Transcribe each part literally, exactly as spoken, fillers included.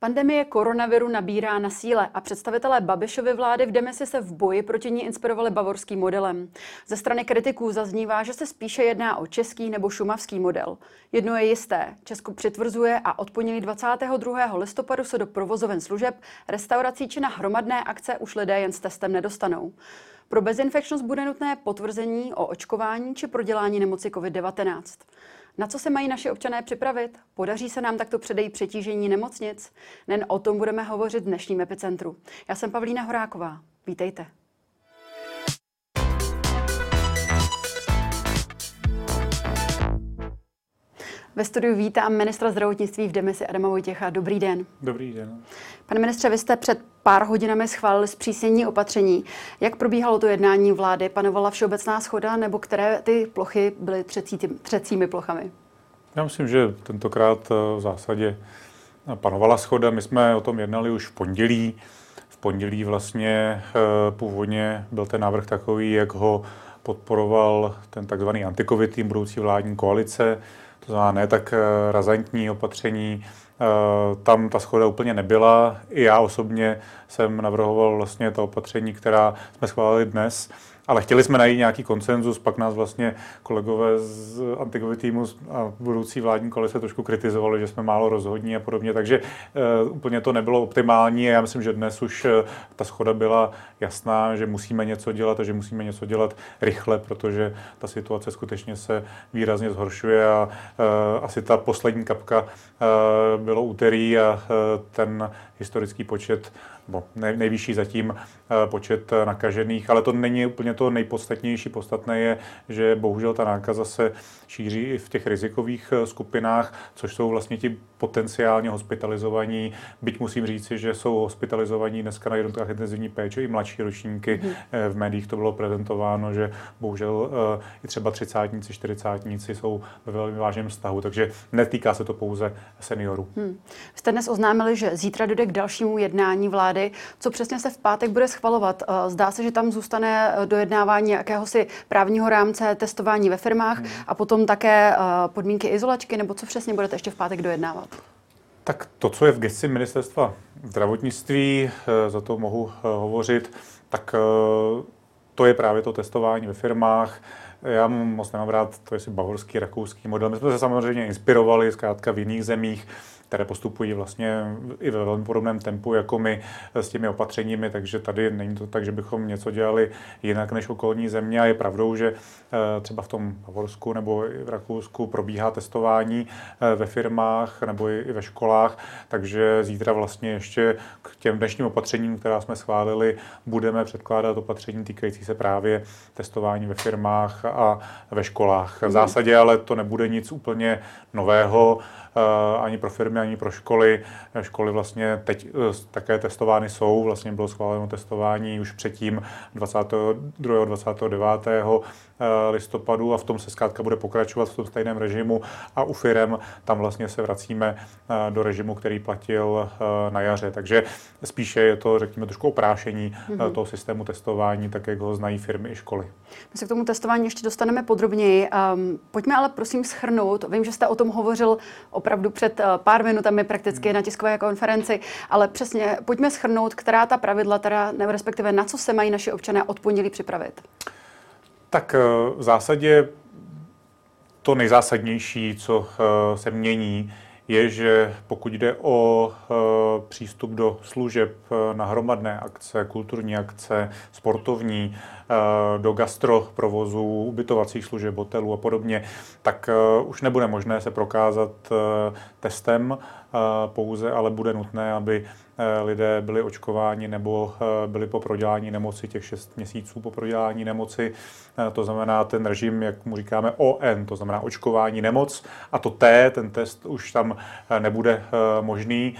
Pandemie koronaviru nabírá na síle a představitelé Babišovy vlády v demisi se v boji proti ní inspirovali bavorským modelem. Ze strany kritiků zaznívá, že se spíše jedná o český nebo šumavský model. Jedno je jisté, Česko přitvrzuje a od pondělí dvacátého druhého listopadu se do provozoven služeb, restaurací či na hromadné akce už lidé jen s testem nedostanou. Pro bezinfekčnost bude nutné potvrzení o očkování či prodělání nemoci covid devatenáct. Na co se mají naši občané připravit? Podaří se nám takto předejít přetížení nemocnic? Nen o tom budeme hovořit v dnešním Epicentru. Já jsem Pavlína Horáková. Vítejte. Ve studiu vítám ministra zdravotnictví v demisi Adama Vojtěcha. Dobrý den. Dobrý den. Pane ministře, vy jste před pár hodinami schválili zpřísnění opatření. Jak probíhalo to jednání vlády? Panovala všeobecná shoda, nebo které ty plochy byly třecí, třecími plochami? Já myslím, že tentokrát v zásadě panovala shoda. My jsme o tom jednali už v pondělí. V pondělí vlastně původně byl ten návrh takový, jak ho podporoval ten takzvaný anti-covid tým budoucí vládní koalice. To znamená ne tak razantní opatření. Tam ta shoda úplně nebyla. I já osobně jsem navrhoval vlastně ta opatření, která jsme schválili dnes. Ale chtěli jsme najít nějaký konsenzus, pak nás vlastně kolegové z anti-covid týmu a budoucí vládní koalice trošku kritizovali, že jsme málo rozhodní a podobně, takže uh, úplně to nebylo optimální a já myslím, že dnes už uh, ta shoda byla jasná, že musíme něco dělat a že musíme něco dělat rychle, protože ta situace skutečně se výrazně zhoršuje a uh, asi ta poslední kapka uh, bylo úterý a uh, ten historický počet, bo nejvyšší zatím počet nakažených, ale to není úplně to nejpodstatnější. Podstatné je, že bohužel ta nákaza se šíří i v těch rizikových skupinách, což jsou vlastně ti potenciálně hospitalizovaní. Byť musím říci, že jsou hospitalizovaní dneska na jednotkách intenzivní péče i mladší ročníky. Mm. V médiích to bylo prezentováno, že bohužel i třeba třicátníci, čtyřicátníci jsou ve velmi vážném stavu, takže netýká se to pouze seniorů. Hmm. Jste dnes oznámili, že zítra dojde k dalšímu jednání vlády. Co přesně se v pátek bude schvalovat? Zdá se, že tam zůstane dojednávání jakéhosi právního rámce, testování ve firmách hmm. a potom také podmínky izolačky, nebo co přesně budete ještě v pátek dojednávat? Tak to, co je v gesci ministerstva zdravotnictví, za to mohu hovořit, tak to je právě to testování ve firmách. Já moc nemám rád, to je si bavorský, rakouský model. My jsme se samozřejmě inspirovali zkrátka v jiných zemích, které postupují vlastně i ve velmi podobném tempu jako my s těmi opatřeními, takže tady není to tak, že bychom něco dělali jinak než okolní země a je pravdou, že třeba v tom Bavorsku nebo i v Rakousku probíhá testování ve firmách nebo i ve školách, takže zítra vlastně ještě k těm dnešním opatřením, která jsme schválili, budeme předkládat opatření týkající se právě testování ve firmách a ve školách. V zásadě ale to nebude nic úplně nového, ani pro firmy, ani pro školy. Školy vlastně teď také testovány jsou, vlastně bylo schváleno testování už předtím dvacátého druhého dvacátého devátého listopadu a v tom se zkrátka bude pokračovat v tom stejném režimu a u firem tam vlastně se vracíme do režimu, který platil na jaře. Takže spíše je to, řekněme, trošku oprášení mm-hmm. toho systému testování, tak jak ho znají firmy i školy. My se k tomu testování ještě dostaneme podrobněji. Um, pojďme ale prosím shrnout. Vím, že jste o tom hovořil opravdu před uh, pár minutami prakticky mm. na tiskové konferenci, ale přesně pojďme shrnout, která ta pravidla, teda, nebo respektive na co se mají naši občané od pondělí připravit. Tak v zásadě to nejzásadnější, co se mění, je, že pokud jde o přístup do služeb na hromadné akce, kulturní akce, sportovní, do gastroprovozu, ubytovacích služeb, hotelů a podobně, tak už nebude možné se prokázat testem pouze, ale bude nutné, aby lidé byli očkováni nebo byli po prodělání nemoci těch šest měsíců po prodělání nemoci. To znamená ten režim, jak mu říkáme O N, to znamená očkování nemoc a to T, ten test už tam nebude možný.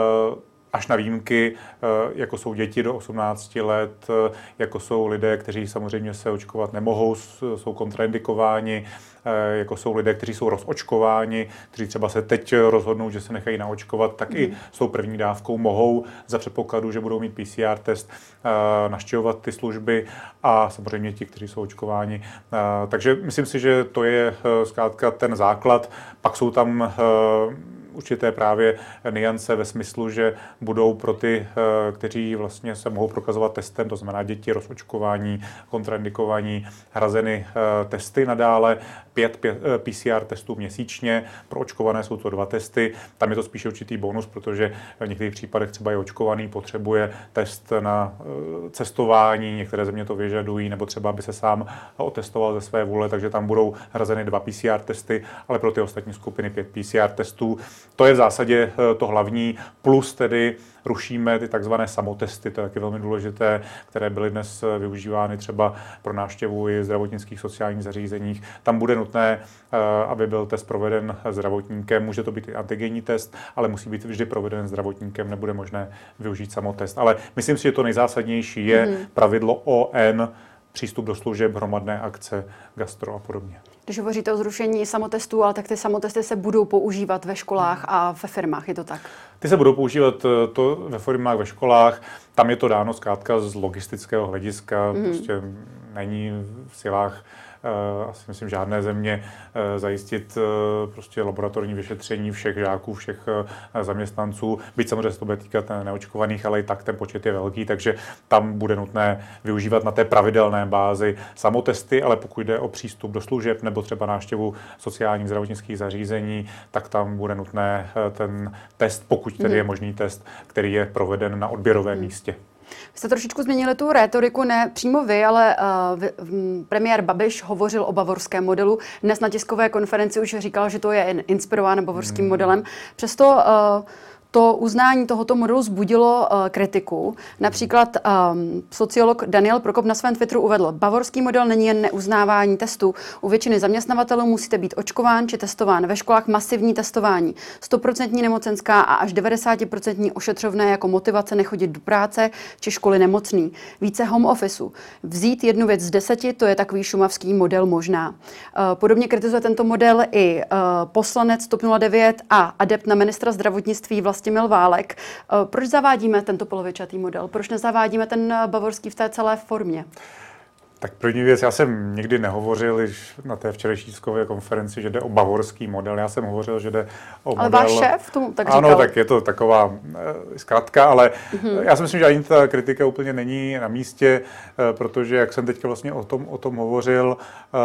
Až na výjimky, jako jsou děti do osmnácti let, jako jsou lidé, kteří samozřejmě se očkovat nemohou, jsou kontraindikováni, jako jsou lidé, kteří jsou rozočkováni, kteří třeba se teď rozhodnou, že se nechají naočkovat, tak mm. i s tou první dávkou mohou za předpokladu, že budou mít P C R test, navštěvovat ty služby a samozřejmě ti, kteří jsou očkováni. Takže myslím si, že to je zkrátka ten základ. Pak jsou tam určité právě niance ve smyslu, že budou pro ty, kteří vlastně se mohou prokazovat testem, to znamená děti, rozočkování, kontraindikovaní, hrazeny testy nadále, pět P C R testů měsíčně, pro očkované jsou to dva testy, tam je to spíše určitý bonus, protože v některých případech třeba je očkovaný, potřebuje test na cestování, některé země to vyžadují, nebo třeba by se sám otestoval ze své vůle, takže tam budou hrazeny dva P C R testy, ale pro ty ostatní skupiny pět P C R testů. To je v zásadě to hlavní, plus tedy rušíme ty takzvané samotesty, to je taky velmi důležité, které byly dnes využívány třeba pro návštěvu i zdravotnických sociálních zařízeních. Tam bude nutné, aby byl test proveden zdravotníkem. Může to být i antigenní test, ale musí být vždy proveden zdravotníkem, nebude možné využít samotest. Ale myslím si, že to nejzásadnější je mm. pravidlo O N, přístup do služeb, hromadné akce, gastro a podobně. Když hovoříte o zrušení samotestů, ale tak ty samotesty se budou používat ve školách a ve firmách, je to tak? Ty se budou používat to ve firmách, ve školách. Tam je to dáno zkrátka z logistického hlediska. Mm. Prostě není v silách asi myslím žádné země zajistit prostě laboratorní vyšetření všech žáků, všech zaměstnanců. Byť samozřejmě se to bude týkat neočkovaných, ale i tak ten počet je velký, takže tam bude nutné využívat na té pravidelné bázi samotesty, ale pokud jde o přístup do služeb nebo třeba návštěvu sociálních zdravotnických zařízení, tak tam bude nutné ten test, pokud tedy je možný test, který je proveden na odběrovém místě. Vy jste trošičku změnili tu rétoriku, ne přímo vy, ale uh, vy, um, premiér Babiš hovořil o bavorském modelu. Dnes na tiskové konferenci už říkal, že to je inspirováno bavorským hmm. modelem. Přesto uh, to uznání tohoto modelu vzbudilo uh, kritiku. Například um, sociolog Daniel Prokop na svém Twitteru uvedl, bavorský model není jen neuznávání testů. U většiny zaměstnavatelů musíte být očkován či testován. Ve školách masivní testování, sto procent nemocenská a až devadesát procent ošetřovné jako motivace nechodit do práce či školy nemocný. Více home officeu. Vzít jednu věc z deseti, to je takový šumavský model možná. Uh, podobně kritizuje tento model i uh, poslanec TOP nula devět a adept na ministra zdravotnictví Vlastimil Válek. Proč zavádíme tento polovičatý model? Proč nezavádíme ten bavorský v té celé formě? Tak první věc, já jsem nikdy nehovořil již na té včerejší tiskové konferenci, že jde o bavorský model. Já jsem hovořil, že jde o ale model... Ale váš šéf tomu tak říkal. Ano, tak je to taková e, zkratka, ale mm-hmm. já si myslím, že ani ta kritika úplně není na místě, e, protože, jak jsem teďka vlastně o tom, o tom hovořil, e,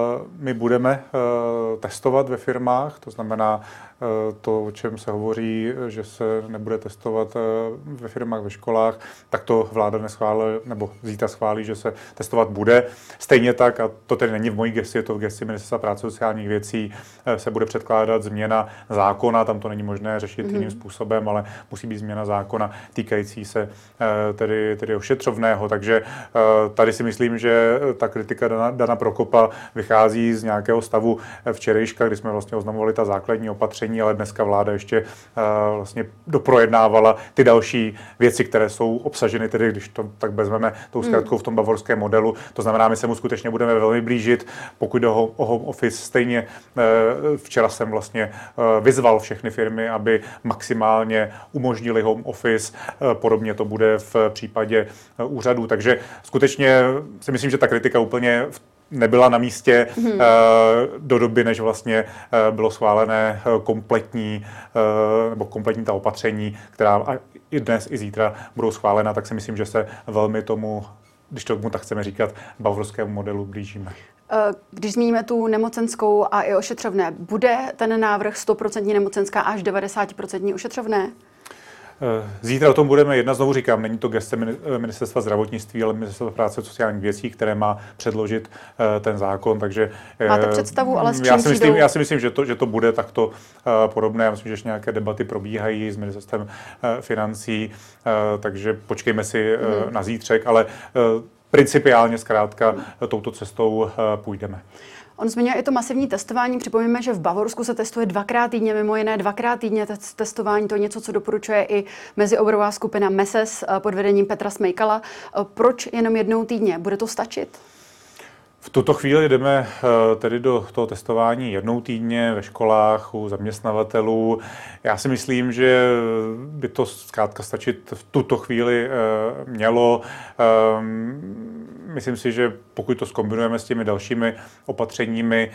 my budeme e, testovat ve firmách, to znamená e, to, o čem se hovoří, že se nebude testovat e, ve firmách, ve školách, tak to vláda neschválí, nebo zítra schválí, že se testovat bude. Stejně tak, a to tedy není v mojí gesci, je to v gesci Ministerstva práce a sociálních věcí, se bude předkládat změna zákona, tam to není možné řešit mm-hmm. jiným způsobem, ale musí být změna zákona týkající se tedy, tedy ošetřovného. Takže tady si myslím, že ta kritika Dana, Dana Prokopa vychází z nějakého stavu včerejška, kdy jsme vlastně oznamovali ta základní opatření, ale dneska vláda ještě vlastně doprojednávala ty další věci, které jsou obsaženy, tedy když to tak vezmeme tou zkratkou v tom bavorském modelu. To znamená, my se mu skutečně budeme velmi blížit, pokud jde o home office. Stejně včera jsem vlastně vyzval všechny firmy, aby maximálně umožnili home office. Podobně to bude v případě úřadů. Takže skutečně si myslím, že ta kritika úplně nebyla na místě hmm. do doby, než vlastně bylo schválené kompletní, nebo kompletní ta opatření, která i dnes, i zítra budou schválena, tak si myslím, že se velmi tomu, když tomu tak chceme říkat, bavorskému modelu blížíme. Když zmíníme tu nemocenskou a i ošetřovné, bude ten návrh sto procent nemocenská až devadesát procent ošetřovné? Zítra o tom budeme jednat, znovu říkám, není to gesce Ministerstva zdravotnictví, ale Ministerstva práce a sociálních věcí, které má předložit ten zákon, takže... Máte představu, ale s čím já si myslím, přijdou? Já si myslím, že to, že to bude takto podobné. Já myslím, že ještě nějaké debaty probíhají s Ministerstvem financí, takže počkejme si hmm. na zítřek, ale principiálně zkrátka touto cestou půjdeme. On zmiňuje i to masivní testování. Připomíme, že v Bavorsku se testuje dvakrát týdně, mimo jiné dvakrát týdně testování. To je něco, co doporučuje i mezioborová skupina M E S E S pod vedením Petra Smejkala. Proč jenom jednou týdně? Bude to stačit? V tuto chvíli jdeme tedy do toho testování jednou týdně ve školách, u zaměstnavatelů. Já si myslím, že by to zkrátka stačit v tuto chvíli mělo. myslím si, že pokud to zkombinujeme s těmi dalšími opatřeními,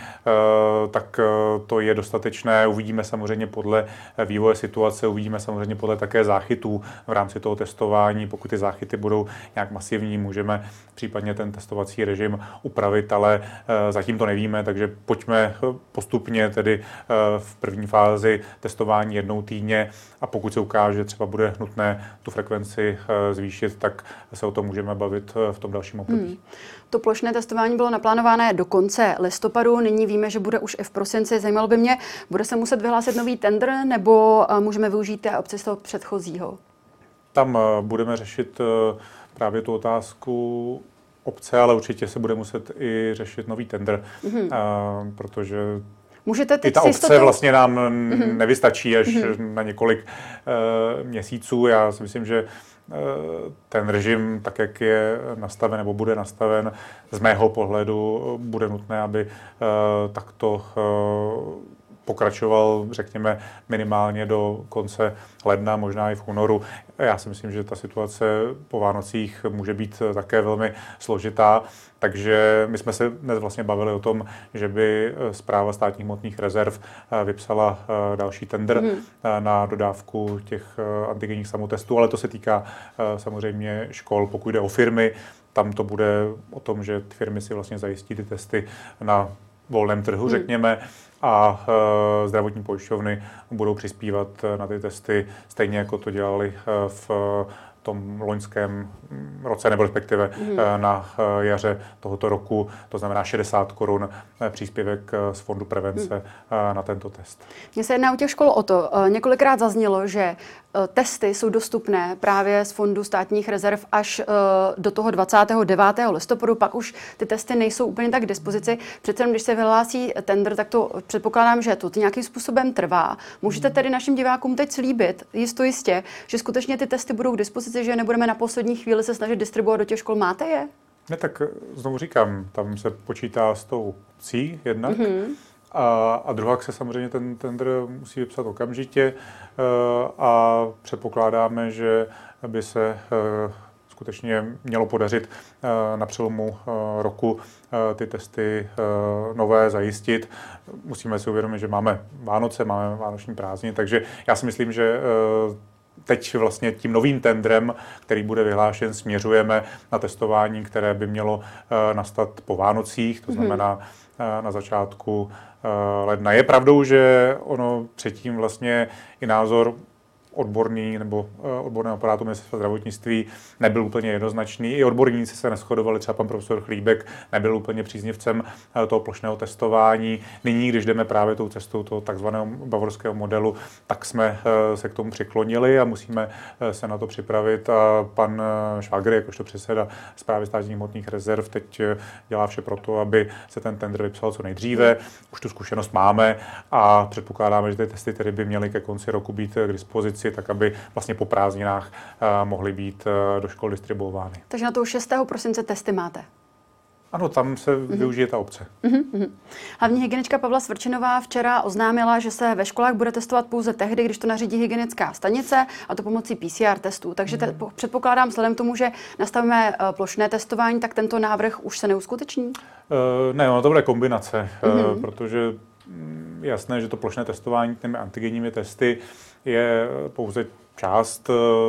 tak to je dostatečné. Uvidíme samozřejmě podle vývoje situace, uvidíme samozřejmě podle také záchytů v rámci toho testování. Pokud ty záchyty budou nějak masivní, můžeme případně ten testovací režim upravit, ale zatím to nevíme, takže pojďme postupně tedy v první fázi testování jednou týdně a pokud se ukáže, že třeba bude nutné tu frekvenci zvýšit, tak se o tom můžeme bavit v tom dalším období. Hmm. To plošné testování bylo naplánované do konce listopadu, nyní víme, že bude už i v prosinci. Zajímalo by mě, bude se muset vyhlásit nový tendr, nebo můžeme využít té opci z toho předchozího? Tam budeme řešit právě tu otázku obce, ale určitě se bude muset i řešit nový tendr, mm-hmm. protože Můžete teď i ta obce jistotou... vlastně nám mm-hmm. nevystačí až mm-hmm. na několik uh, měsíců. Já si myslím, že uh, ten režim, tak jak je nastaven nebo bude nastaven, z mého pohledu bude nutné, aby uh, takto uh, pokračoval, řekněme, minimálně do konce ledna, možná i v únoru. Já si myslím, že ta situace po Vánocích může být také velmi složitá, takže my jsme se dnes vlastně bavili o tom, že by Správa státních hmotných rezerv vypsala další tendr mm. na dodávku těch antigenních samotestů, ale to se týká samozřejmě škol. Pokud jde o firmy, tam to bude o tom, že ty firmy si vlastně zajistí ty testy na volném trhu, řekněme, a e, zdravotní pojišťovny budou přispívat na ty testy stejně, jako to dělali v tom loňském roce, nebo respektive mm. na jaře tohoto roku, to znamená šedesát korun příspěvek z Fondu prevence mm. na tento test. Mně se jedná u těch škol o to. Několikrát zaznělo, že testy jsou dostupné právě z Fondu státních rezerv až do toho dvacátého devátého listopadu, pak už ty testy nejsou úplně tak k dispozici. Přece když se vyhlásí tendr, tak to předpokládám, že to nějakým způsobem trvá. Můžete tedy našim divákům teď slíbit, jisto jistě, že skutečně ty testy budou k dispozici, že nebudeme na poslední chvíli se snažit distribuovat do těch škol? Máte je? Ne, tak znovu říkám, tam se počítá s tou obcí jednak. Mm-hmm. A, a druhá se samozřejmě ten tendr musí vypsat okamžitě a předpokládáme, že by se skutečně mělo podařit na přelomu roku ty testy nové zajistit. Musíme si uvědomit, že máme Vánoce, máme vánoční prázdniny, takže já si myslím, že teď vlastně tím novým tendrem, který bude vyhlášen, směřujeme na testování, které by mělo nastat po Vánocích, to znamená na začátku ledna. Je pravdou, že ono předtím vlastně i názor odborný nebo odborného aparátu ministerstva zdravotnictví nebyl úplně jednoznačný. I odborníci se neshodovali, třeba pan profesor Chlíbek nebyl úplně příznivcem toho plošného testování. Nyní, když jdeme právě tou cestou toho takzvaného bavorského modelu, tak jsme se k tomu přiklonili a musíme se na to připravit. A pan Švagr, jakožto předseda Správy státních hmotných rezerv, teď dělá vše pro to, aby se ten tendr vypsal co nejdříve. Už tu zkušenost máme a předpokládáme, že ty testy tedy by měly ke konci roku být k dispozici, tak aby vlastně po prázdninách uh, mohly být uh, do škol distribuovány. Takže na toho šestého prosince testy máte? Ano, tam se mm-hmm. využije ta obce. Mm-hmm. Hlavní hygienička Pavla Svrčinová včera oznámila, že se ve školách bude testovat pouze tehdy, když to nařídí hygienická stanice, a to pomocí P C R testů. Takže te- mm-hmm. předpokládám, vzhledem k tomu, že nastavíme uh, plošné testování, tak tento návrh už se neuskuteční? Uh, ne, no to bude kombinace, mm-hmm. uh, protože je jasné, že to plošné testování těmi antigenními testy je pouze část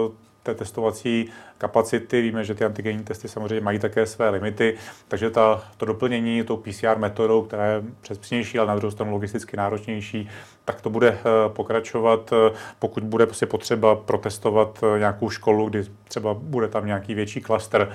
té testovací kapacity. Víme, že ty antigenní testy samozřejmě mají také své limity, takže ta, to doplnění tou P C R metodou, která je přesnější, ale na druhou stranu logisticky náročnější, tak to bude pokračovat, pokud bude prostě potřeba protestovat nějakou školu, kdy třeba bude tam nějaký větší klaster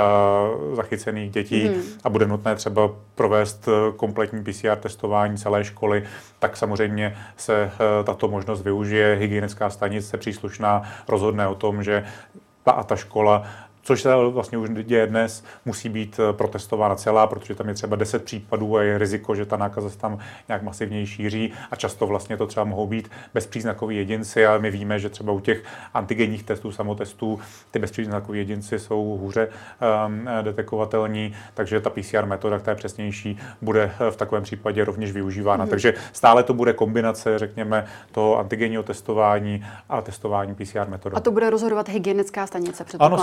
uh, zachycených dětí mm. a bude nutné třeba provést kompletní P C R testování celé školy, tak samozřejmě se uh, tato možnost využije. Hygienická stanice příslušná rozhodne o tom, že ta a ta škola, což se vlastně už děje dnes, musí být protestována celá, protože tam je třeba deset případů a je riziko, že ta nákaza se tam nějak masivněji šíří a často vlastně to třeba mohou být bezpříznakoví jedinci a my víme, že třeba u těch antigenních testů, samotestů, ty bezpříznakoví jedinci jsou hůře um, detekovatelní, takže ta P C R metoda, která je přesnější, bude v takovém případě rovněž využívána. Mm. Takže stále to bude kombinace, řekněme, toho antigenního testování a testování P C R metodou. A to bude rozhodovat hygienická stanice, předpokládám. Ano, samozřejmě.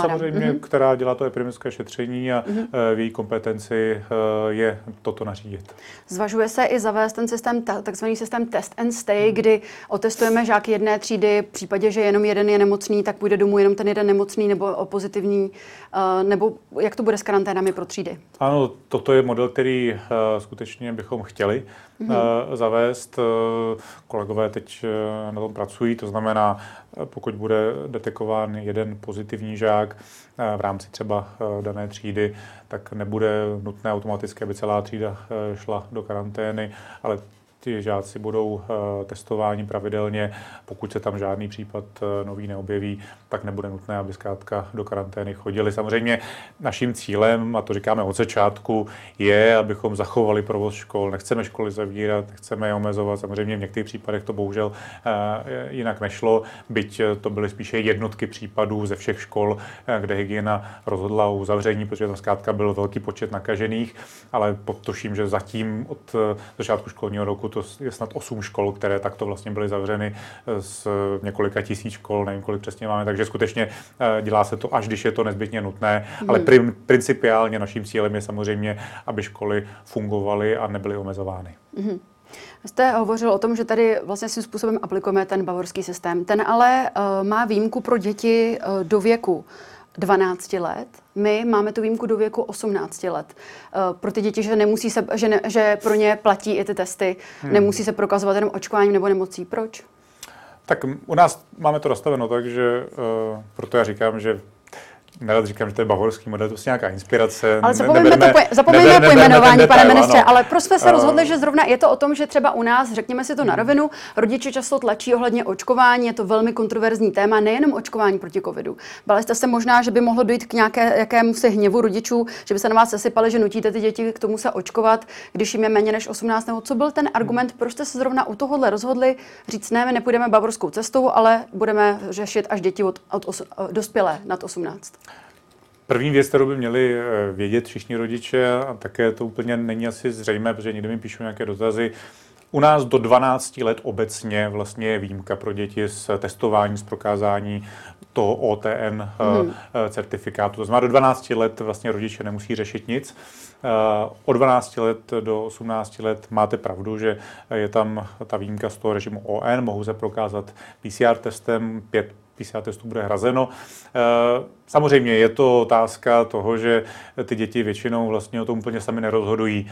mm-hmm. která dělá to epidemické šetření a mm-hmm. v její kompetenci je toto nařídit. Zvažuje se i zavést ten systém, takzvaný systém test and stay, mm. kdy otestujeme žáky jedné třídy, v případě, že jenom jeden je nemocný, tak půjde domů jenom ten jeden nemocný nebo pozitivní, nebo jak to bude s karanténami pro třídy? Ano, toto je model, který skutečně bychom chtěli mm. zavést. Kolegové teď na tom pracují, to znamená, pokud bude detekován jeden pozitivní žák v rámci třeba dané třídy, tak nebude nutné automaticky, aby celá třída šla do karantény, ale ti žáci budou testováni pravidelně. Pokud se tam žádný případ nový neobjeví, tak nebude nutné, aby zkrátka do karantény chodili. Samozřejmě naším cílem, a to říkáme od začátku, je, abychom zachovali provoz škol. Nechceme školy zavírat, nechceme je omezovat. Samozřejmě v některých případech to bohužel jinak nešlo, byť to byly spíše jednotky případů ze všech škol, kde hygiena rozhodla o uzavření, protože tam zkrátka byl velký počet nakažených, ale tuším, že zatím od začátku školního roku to je snad osm škol, které takto vlastně byly zavřeny z několika tisíc škol, nevím, kolik přesně máme, takže skutečně dělá se to, až když je to nezbytně nutné, mm. ale prim, principiálně naším cílem je samozřejmě, aby školy fungovaly a nebyly omezovány. Mm. Jste hovořil o tom, že tady vlastně svým způsobem aplikujeme ten bavorský systém. Ten ale uh, má výjimku pro děti uh, do věku dvanáct let. My máme tu výjimku do věku osmnáct let. Uh, pro ty děti, že, nemusí se, že, ne, že pro ně platí i ty testy, hmm. nemusí se prokazovat jenom očkováním nebo nemocí. Proč? Tak u nás máme to nastaveno tak, že uh, proto já říkám, že nerad říkám, že to je bavorský model, to je nějaká inspirace. Ale zapomeňme, to, zapomeňme neber, pojmenování, neber, pane ministře, ano. Ale proč jsme se rozhodli, že zrovna je to o tom, že třeba u nás, řekněme si to na rovinu, rodiče často tlačí ohledně očkování, je to velmi kontroverzní téma, nejenom očkování proti covidu. Báli jste se možná, že by mohlo dojít k nějaké, jakému se hněvu rodičů, že by se na vás sesypali, že nutíte ty děti k tomu se očkovat, když jim je méně než osmnáct. Nebo co byl ten argument, proč jste se zrovna u tohohle rozhodli říct, ne, my nepůjdeme bavorskou cestou, ale budeme řešit až děti od, od os, dospělé nad osmnáct? První věc, kterou by měli vědět všichni rodiče, a také to úplně není asi zřejmé, protože někdy mi píšou nějaké dotazy. U nás do dvanácti let obecně vlastně je výjimka pro děti s testováním, s prokázání toho O T N hmm. certifikátu. To znamená, do dvanácti let vlastně rodiče nemusí řešit nic. Od dvanácti let do osmnácti let máte pravdu, že je tam ta výjimka z toho režimu O N, mohou se prokázat P C R testem, pět P C R testů bude hrazeno. Samozřejmě je to otázka toho, že ty děti většinou vlastně o tom úplně sami nerozhodují.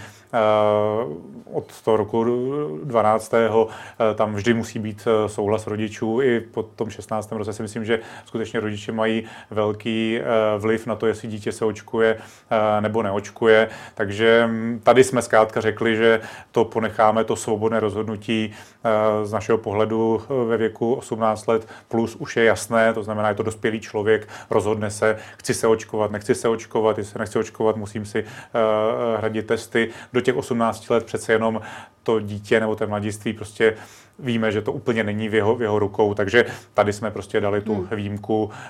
Od toho roku dvanáctého tam vždy musí být souhlas rodičů. I po tom šestnáctém roce si myslím, že skutečně rodiče mají velký vliv na to, jestli dítě se očkuje nebo neočkuje. Takže tady jsme zkrátka řekli, že to ponecháme, to svobodné rozhodnutí z našeho pohledu ve věku osmnáct let plus už je jasné, to znamená, je to dospělý člověk, rozhodne se, chci se očkovat, nechci se očkovat, jestli se nechci očkovat, musím si uh, hradit testy. Do těch osmnácti let přece jenom to dítě nebo ten mladiství prostě víme, že to úplně není v jeho, v jeho rukou, takže tady jsme prostě dali tu hmm. výjimku uh,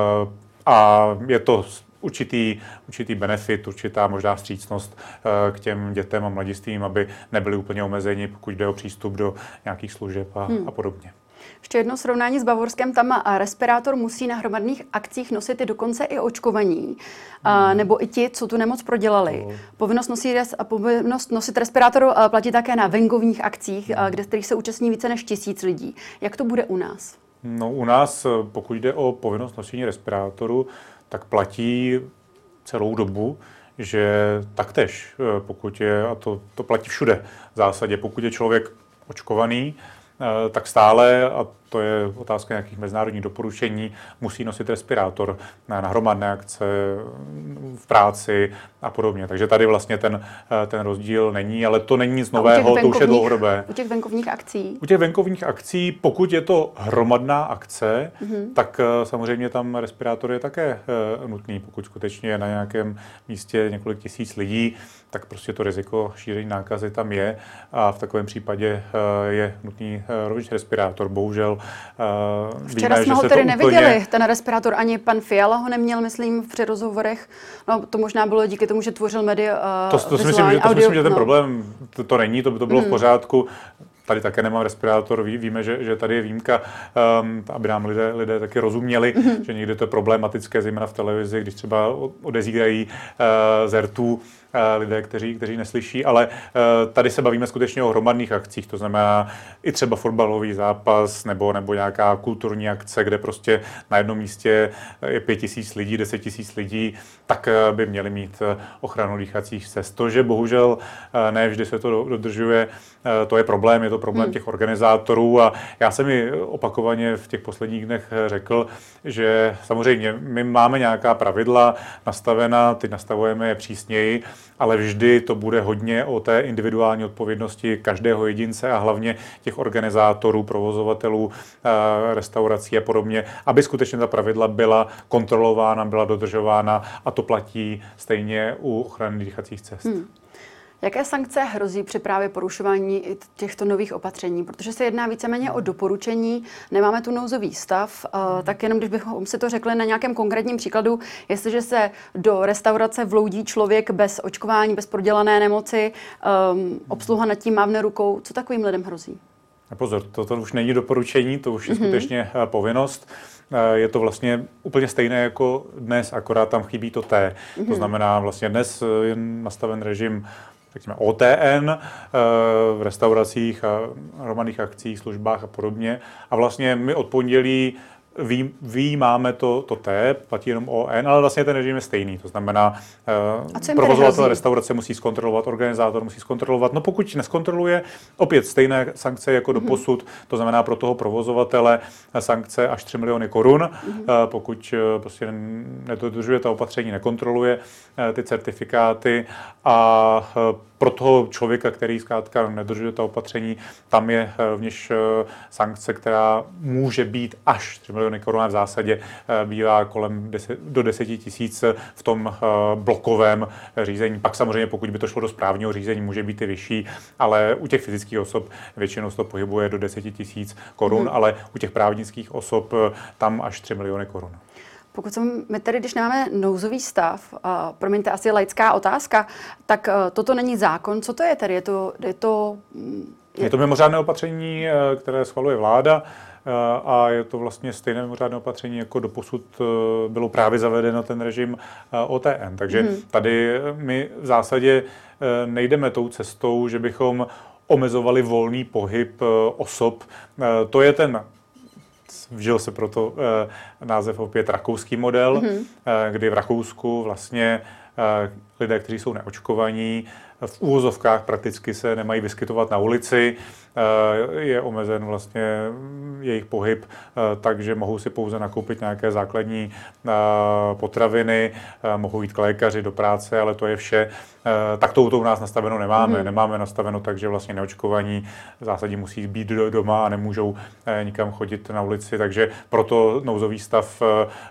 a je to určitý, určitý benefit, určitá možná vstřícnost uh, k těm dětem a mladistvím, aby nebyli úplně omezeni, pokud jde o přístup do nějakých služeb a, hmm. a podobně. Ještě jedno srovnání s Bavorskem, tam respirátor musí na hromadných akcích nosit i dokonce i očkovaní, hmm. nebo i ti, co tu nemoc prodělali. No. Povinnost, nosit, povinnost nosit respirátor platí také na venkovních akcích, hmm. kde kterých se účastní více než tisíc lidí. Jak to bude u nás? No, u nás, pokud jde o povinnost nošení respirátoru, tak platí celou dobu, že taktéž, pokud je, a to, to platí všude v zásadě, pokud je člověk očkovaný, tak stále, a to je otázka nějakých mezinárodních doporučení, musí nosit respirátor na hromadné akce, v práci a podobně. Takže tady vlastně ten, ten rozdíl není, ale to není nic nového, to už je dlouhodobé. U těch venkovních akcí? U těch venkovních akcí, pokud je to hromadná akce, mm-hmm. tak samozřejmě tam respirátor je také nutný. Pokud skutečně je na nějakém místě několik tisíc lidí, tak prostě to riziko šíření nákazy tam je a v takovém případě je nutný rovněž respirátor. Bohužel Včera víme, jsme že ho se tedy to neviděli, úplně... ten respirátor, ani pan Fiala ho neměl, myslím, při rozhovorech. No, to možná bylo díky tomu, že tvořil média uh, To, to si myslím, že, to si myslím, že ten no. problém to, to není, to by to bylo hmm. v pořádku. tady také nemám respirátor, ví, víme, že, že tady je výjimka, um, aby nám lidé, lidé taky rozuměli, mm-hmm. že někdy to je problematické, zejména v televizi, když třeba odezírají uh, z rtů lidé, kteří, kteří neslyší, ale uh, tady se bavíme skutečně o hromadných akcích, to znamená i třeba fotbalový zápas nebo, nebo nějaká kulturní akce, kde prostě na jednom místě je pět tisíc lidí, deset tisíc lidí, tak uh, by měli mít uh, ochranu dýchacích cest. To, že bohužel uh, ne vždy se to dodržuje, uh, to je problém, je to problém hmm. těch organizátorů a já jsem mi opakovaně v těch posledních dnech řekl, že samozřejmě my máme nějaká pravidla nastavená, teď nastavujeme je přísněji, ale vždy to bude hodně o té individuální odpovědnosti každého jedince a hlavně těch organizátorů, provozovatelů, restaurací a podobně, aby skutečně ta pravidla byla kontrolována, byla dodržována a to platí stejně u ochrany dýchacích cest. Hmm. Jaké sankce hrozí při právě porušování těchto nových opatření? Protože se jedná víceméně o doporučení, nemáme tu nouzový stav, tak jenom když bychom si to řekli na nějakém konkrétním příkladu, jestliže se do restaurace vloudí člověk bez očkování, bez prodělané nemoci, um, obsluha nad tím mávne rukou, co takovým lidem hrozí? Pozor, toto už není doporučení, to už je mm-hmm. skutečně povinnost. Je to vlastně úplně stejné jako dnes, akorát tam chybí to T. Mm-hmm. To znamená, vlastně dnes je nastaven režim řekněme O T N v restauracích a hromadných akcích, službách a podobně. A vlastně my od pondělí Ví, ví, máme to, to T, platí jenom O N, ale vlastně ten režim je stejný. To znamená, eh, provozovatel restaurace musí zkontrolovat, organizátor musí zkontrolovat. No pokud neskontroluje, opět stejné sankce jako mm-hmm. doposud, to znamená pro toho provozovatele sankce až tři miliony korun, mm-hmm. eh, pokud eh, prostě nedodržuje ta opatření, nekontroluje eh, ty certifikáty a eh, pro toho člověka, který zkrátka nedodržuje ta opatření, tam je rovněž sankce, která může být až tři miliony korun, v zásadě bývá kolem deset, do deseti tisíc v tom blokovém řízení. Pak samozřejmě, pokud by to šlo do správního řízení, může být i vyšší, ale u těch fyzických osob většinou se to pohybuje do deseti tisíc korun, hmm. ale u těch právnických osob tam až tři miliony korun. Pokud jsem, my tedy, když máme nouzový stav, a promiňte, asi laická otázka, tak uh, toto není zákon. Co to je tedy? Je to, je to, je... je to mimořádné opatření, které schvaluje vláda a je to vlastně stejné mimořádné opatření, jako doposud bylo právě zavedeno ten režim O T N. Takže hmm. tady my v zásadě nejdeme tou cestou, že bychom omezovali volný pohyb osob. To je ten vžil se proto e, název opět rakouský model, mm-hmm. e, kdy v Rakousku vlastně e, lidé, kteří jsou neočkovaní, v úvozovkách prakticky se nemají vyskytovat na ulici, e, je omezen vlastně jejich pohyb, e, takže mohou si pouze nakoupit nějaké základní e, potraviny, e, mohou jít k lékaři, do práce, ale to je vše. Tak to u nás nastaveno nemáme. Mm. Nemáme nastaveno tak, že vlastně neočkovaní v zásadě musí být doma a nemůžou nikam chodit na ulici, takže proto nouzový stav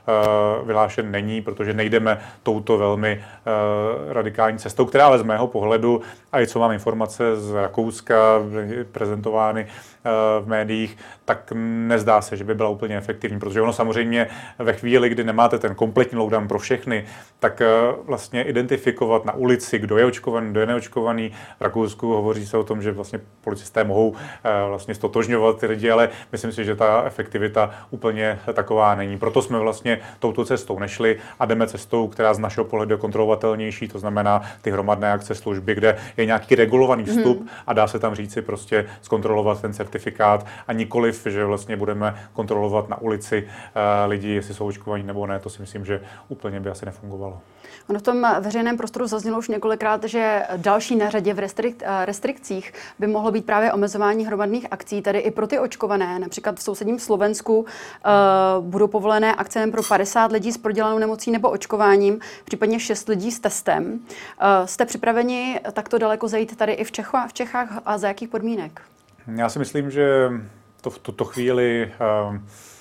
vyhlášen není, protože nejdeme touto velmi radikální cestou, která ale z mého pohledu, a i co mám informace z Rakouska, prezentovány v médiích, tak nezdá se, že by byla úplně efektivní, protože ono samozřejmě ve chvíli, kdy nemáte ten kompletní lockdown pro všechny, tak vlastně identifikovat na ulici, kdo je očkovaný, kdo je neočkovaný. V Rakousku hovoří se o tom, že vlastně policisté mohou vlastně stotožňovat ty lidi, ale myslím si, že ta efektivita úplně taková není. Proto jsme vlastně touto cestou nešli a jdeme cestou, která z našeho pohledu je kontrolovatelnější, to znamená ty hromadné akce, služby, kde je nějaký regulovaný vstup mm. a dá se tam říci prostě zkontrolovat ten certifikát a nikoliv, že vlastně budeme kontrolovat na ulici lidi, jestli jsou očkovaní nebo ne, to si myslím, že úplně by asi nefungovalo. Ono v tom veřejném prostoru zaznělo už několikrát, že další na řadě v restrik- restrikcích by mohlo být právě omezování hromadných akcí, tedy i pro ty očkované. Například v sousedním Slovensku uh, budou povolené akce jen pro padesát lidí s prodělanou nemocí nebo očkováním, případně šest lidí s testem. Uh, jste připraveni takto daleko zajít tady i v, Čechu, v Čechách a za jakých podmínek? Já si myslím, že to v tuto chvíli uh,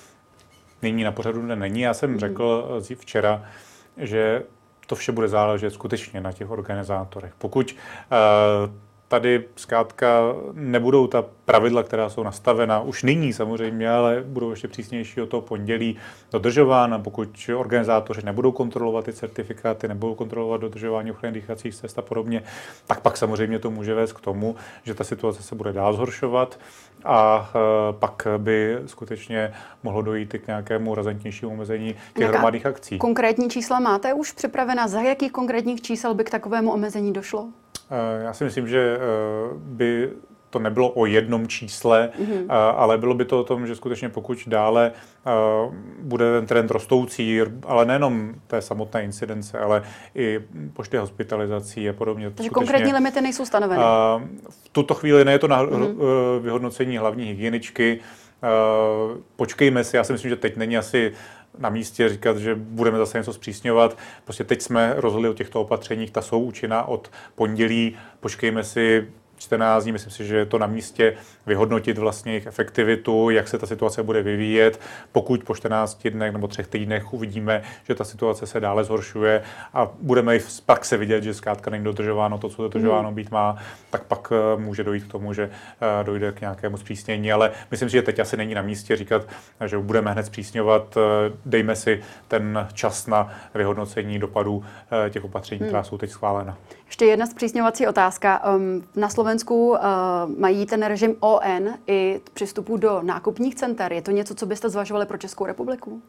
nyní na pořadu není. Já jsem mm. řekl včera, že to vše bude záležet skutečně na těch organizátorech. Pokud uh, tady zkrátka nebudou ta pravidla, která jsou nastavena už nyní samozřejmě, ale budou ještě přísnější od toho pondělí dodržována. Pokud organizátoři nebudou kontrolovat ty certifikáty, nebudou kontrolovat dodržování ochrany dýchacích cest a podobně, tak pak samozřejmě to může vést k tomu, že ta situace se bude dál zhoršovat a pak by skutečně mohlo dojít i k nějakému razantnějšímu omezení těch hromadných akcí. Konkrétní čísla máte už připravena? Za jakých konkrétních čísel by k takovému omezení došlo? Já si myslím, že by to nebylo o jednom čísle, mm-hmm. ale bylo by to o tom, že skutečně pokud dále bude ten trend rostoucí, ale nejenom té samotné incidence, ale i počty hospitalizací a podobně. Takže konkrétní limity nejsou stanoveny? V tuto chvíli ne, je to na mm-hmm. vyhodnocení hlavní hygieničky. Počkejme si, já si myslím, že teď není asi na místě říkat, že budeme zase něco zpřísňovat. Prostě teď jsme rozhodli o těchto opatřeních, ta jsou účinná od pondělí. Počkejme si čtrnáct dní, myslím si, že je to na místě vyhodnotit vlastně jejich efektivitu, jak se ta situace bude vyvíjet. Pokud po čtrnácti dnech nebo třech týdnech uvidíme, že ta situace se dále zhoršuje a budeme i v praxi vidět, že zkrátka není dodržováno to, co dodržováno být má, tak pak může dojít k tomu, že dojde k nějakému zpřísnění. Ale myslím si, že teď asi není na místě říkat, že budeme hned zpřísňovat. Dejme si ten čas na vyhodnocení dopadů těch opatření, hmm. která jsou teď schválena. Ještě jedna zpřísňovací otázka. Na Slovensku mají ten režim O N i přístupu do nákupních center. Je to něco, co byste zvažovali pro Českou republiku?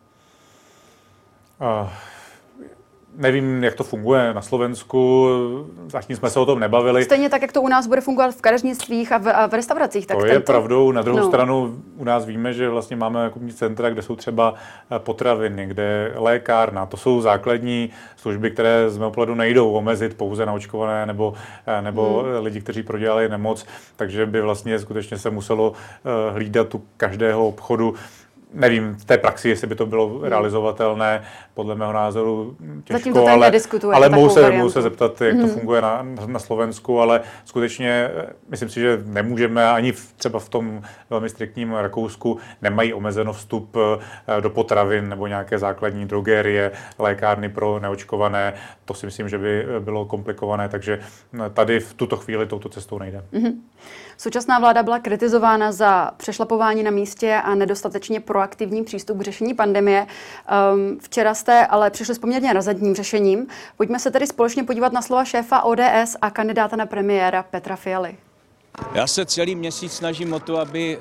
Uh. Nevím, jak to funguje na Slovensku, zatím jsme se o tom nebavili. Stejně tak, jak to u nás bude fungovat v kadeřnictvích a v, a v restauracích. Tak to tento... je pravdou. Na druhou no. stranu u nás víme, že vlastně máme nákupní centra, kde jsou třeba potraviny, kde je lékárna. To jsou základní služby, které z mého pohledu nejdou omezit pouze na očkované nebo, nebo hmm. lidi, kteří prodělali nemoc. Takže by vlastně skutečně se muselo hlídat u každého obchodu. Nevím, v té praxi, jestli by to bylo realizovatelné, podle mého názoru těžko, zatím to ale, ale mohu se, mohu se zeptat, jak to funguje na, na Slovensku, ale skutečně myslím si, že nemůžeme ani v, třeba v tom velmi striktním Rakousku nemají omezeno vstup do potravin nebo nějaké základní drogerie, lékárny pro neočkované. To si myslím, že by bylo komplikované, takže tady v tuto chvíli touto cestou nejde. Mm-hmm. Současná vláda byla kritizována za přešlapování na místě a nedostatečně proaktivní přístup k řešení pandemie. Včera jste ale přišli s poměrně razantním řešením. Pojďme se tedy společně podívat na slova šéfa O D S a kandidáta na premiéra Petra Fialy. Já se celý měsíc snažím o to, aby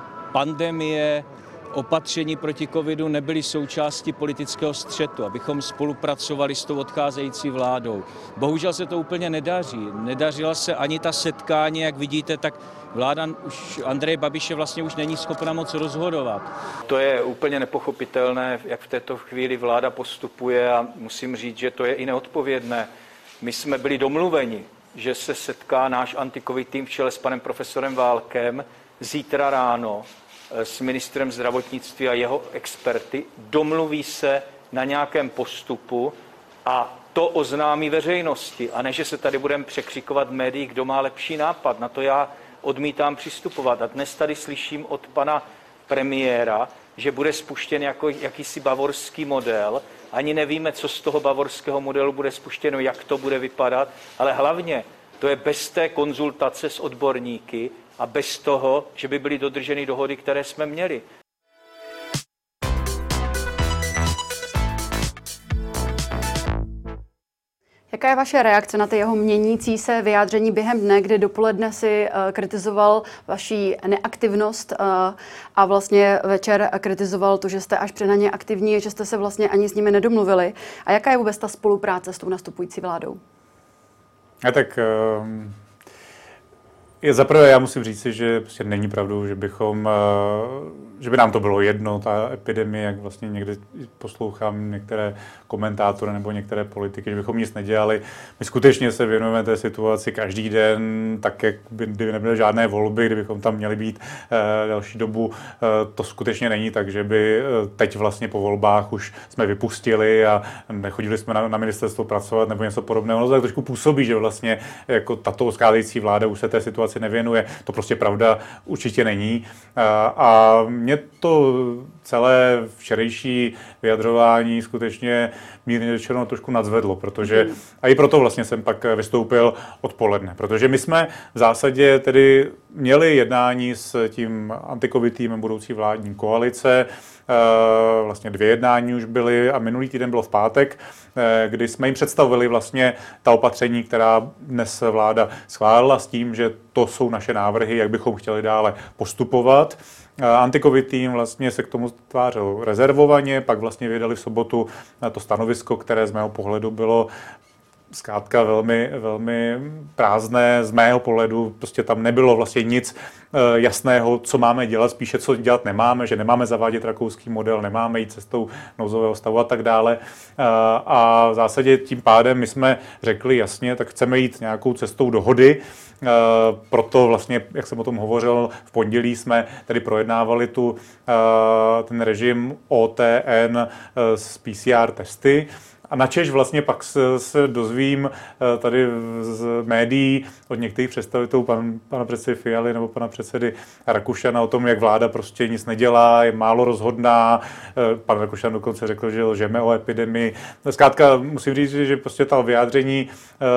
pandemie, opatření proti covidu nebyly součástí politického střetu, abychom spolupracovali s tou odcházející vládou. Bohužel se to úplně nedaří. Nedařila se ani ta setkání, jak vidíte, tak vláda už Andreje Babiše vlastně už není schopna moc rozhodovat. To je úplně nepochopitelné, jak v této chvíli vláda postupuje a musím říct, že to je i neodpovědné. My jsme byli domluveni, že se setká náš anti-covid tým v čele s panem profesorem Válkem zítra ráno s ministrem zdravotnictví a jeho experty, domluví se na nějakém postupu a to oznámí veřejnosti. A ne, že se tady budeme překřikovat v médiích, kdo má lepší nápad. Na to já odmítám přistupovat. A dnes tady slyším od pana premiéra, že bude spuštěn jako jakýsi bavorský model. Ani nevíme, co z toho bavorského modelu bude spuštěno, jak to bude vypadat, ale hlavně to je bez té konzultace s odborníky a bez toho, že by byly dodrženy dohody, které jsme měli. Jaká je vaše reakce na ty jeho měnící se vyjádření během dne, kdy dopoledne si uh, kritizoval vaši neaktivnost uh, a vlastně večer kritizoval to, že jste až přehnaně aktivní, že jste se vlastně ani s nimi nedomluvili? A jaká je vůbec ta spolupráce s tou nastupující vládou? A tak... Um... Je zaprvé, já musím říct, že prostě není pravdou, že bychom, že by nám to bylo jedno, ta epidemie, jak vlastně někdy poslouchám některé komentátory nebo některé politiky, že bychom nic nedělali. My skutečně se věnujeme té situaci každý den, tak jak by nebyly žádné volby, kdybychom tam měli být další dobu. To skutečně není tak, že by teď vlastně po volbách už jsme vypustili a nechodili jsme na, na ministerstvo pracovat nebo něco podobného. Ono to tak trošku působí, že vlastně jako tato odcházející vláda už se té situaci situaci nevěnuje. To prostě pravda určitě není. A mě to celé včerejší vyjadřování skutečně mírně řečeno trošku nadzvedlo, protože a i proto vlastně jsem pak vystoupil odpoledne, protože my jsme v zásadě tedy měli jednání s tím anti-covid týmem budoucí vládní koalice, vlastně dvě jednání už byly a minulý týden bylo v pátek, kdy jsme jim představili vlastně ta opatření, která dnes vláda schválila s tím, že to jsou naše návrhy, jak bychom chtěli dále postupovat. Anti-covid tým vlastně se k tomu tvářil rezervovaně, pak vlastně vydali v sobotu to stanovisko, které z mého pohledu bylo zkrátka velmi, velmi prázdné, z mého pohledu prostě tam nebylo vlastně nic jasného, co máme dělat, spíše co dělat nemáme, že nemáme zavádět rakouský model, nemáme jít cestou nouzového stavu a tak dále. A v zásadě tím pádem my jsme řekli jasně, tak chceme jít nějakou cestou dohody. Proto vlastně, jak jsem o tom hovořil, v pondělí jsme tedy projednávali tu, ten režim O T N s P C R testy. A načež vlastně pak se, se dozvím tady z médií od některých představitelů, pan, pana předsedy Fialy nebo pana předsedy Rakušana o tom, jak vláda prostě nic nedělá, je málo rozhodná. Pan Rakušan dokonce řekl, že lžeme o epidemii. Zkrátka musím říct, že prostě ta vyjádření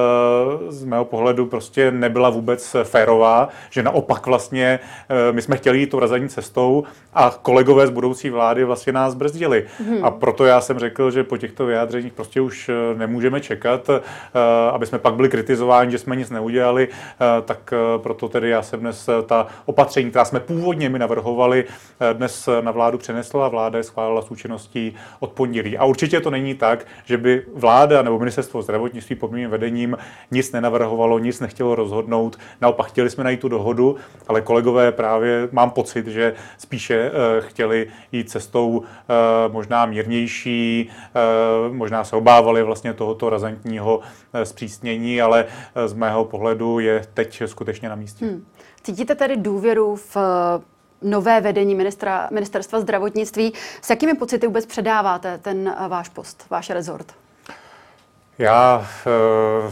z mého pohledu prostě nebyla vůbec férová, že naopak vlastně my jsme chtěli jít tou razantní cestou a kolegové z budoucí vlády vlastně nás brzdili. Hmm. A proto já jsem řekl, že po těchto vyjádřeních prostě už nemůžeme čekat, aby jsme pak byli kritizováni, že jsme nic neudělali, tak proto tedy já jsem dnes ta opatření, která jsme původně mi navrhovali, dnes na vládu přenesla a vláda je schválila s účinností od pondělí. A určitě to není tak, že by vláda nebo ministerstvo zdravotnictví pod mým vedením nic nenavrhovalo, nic nechtělo rozhodnout. Naopak chtěli jsme najít tu dohodu, ale kolegové právě mám pocit, že spíše chtěli jít cestou možná mírnější, možná se obávali vlastně tohoto razantního zpřísnění, ale z mého pohledu je teď skutečně na místě. Hmm. Cítíte tedy důvěru v nové vedení ministra, ministerstva zdravotnictví? S jakými pocity vůbec předáváte ten váš post, váš rezort? Já e,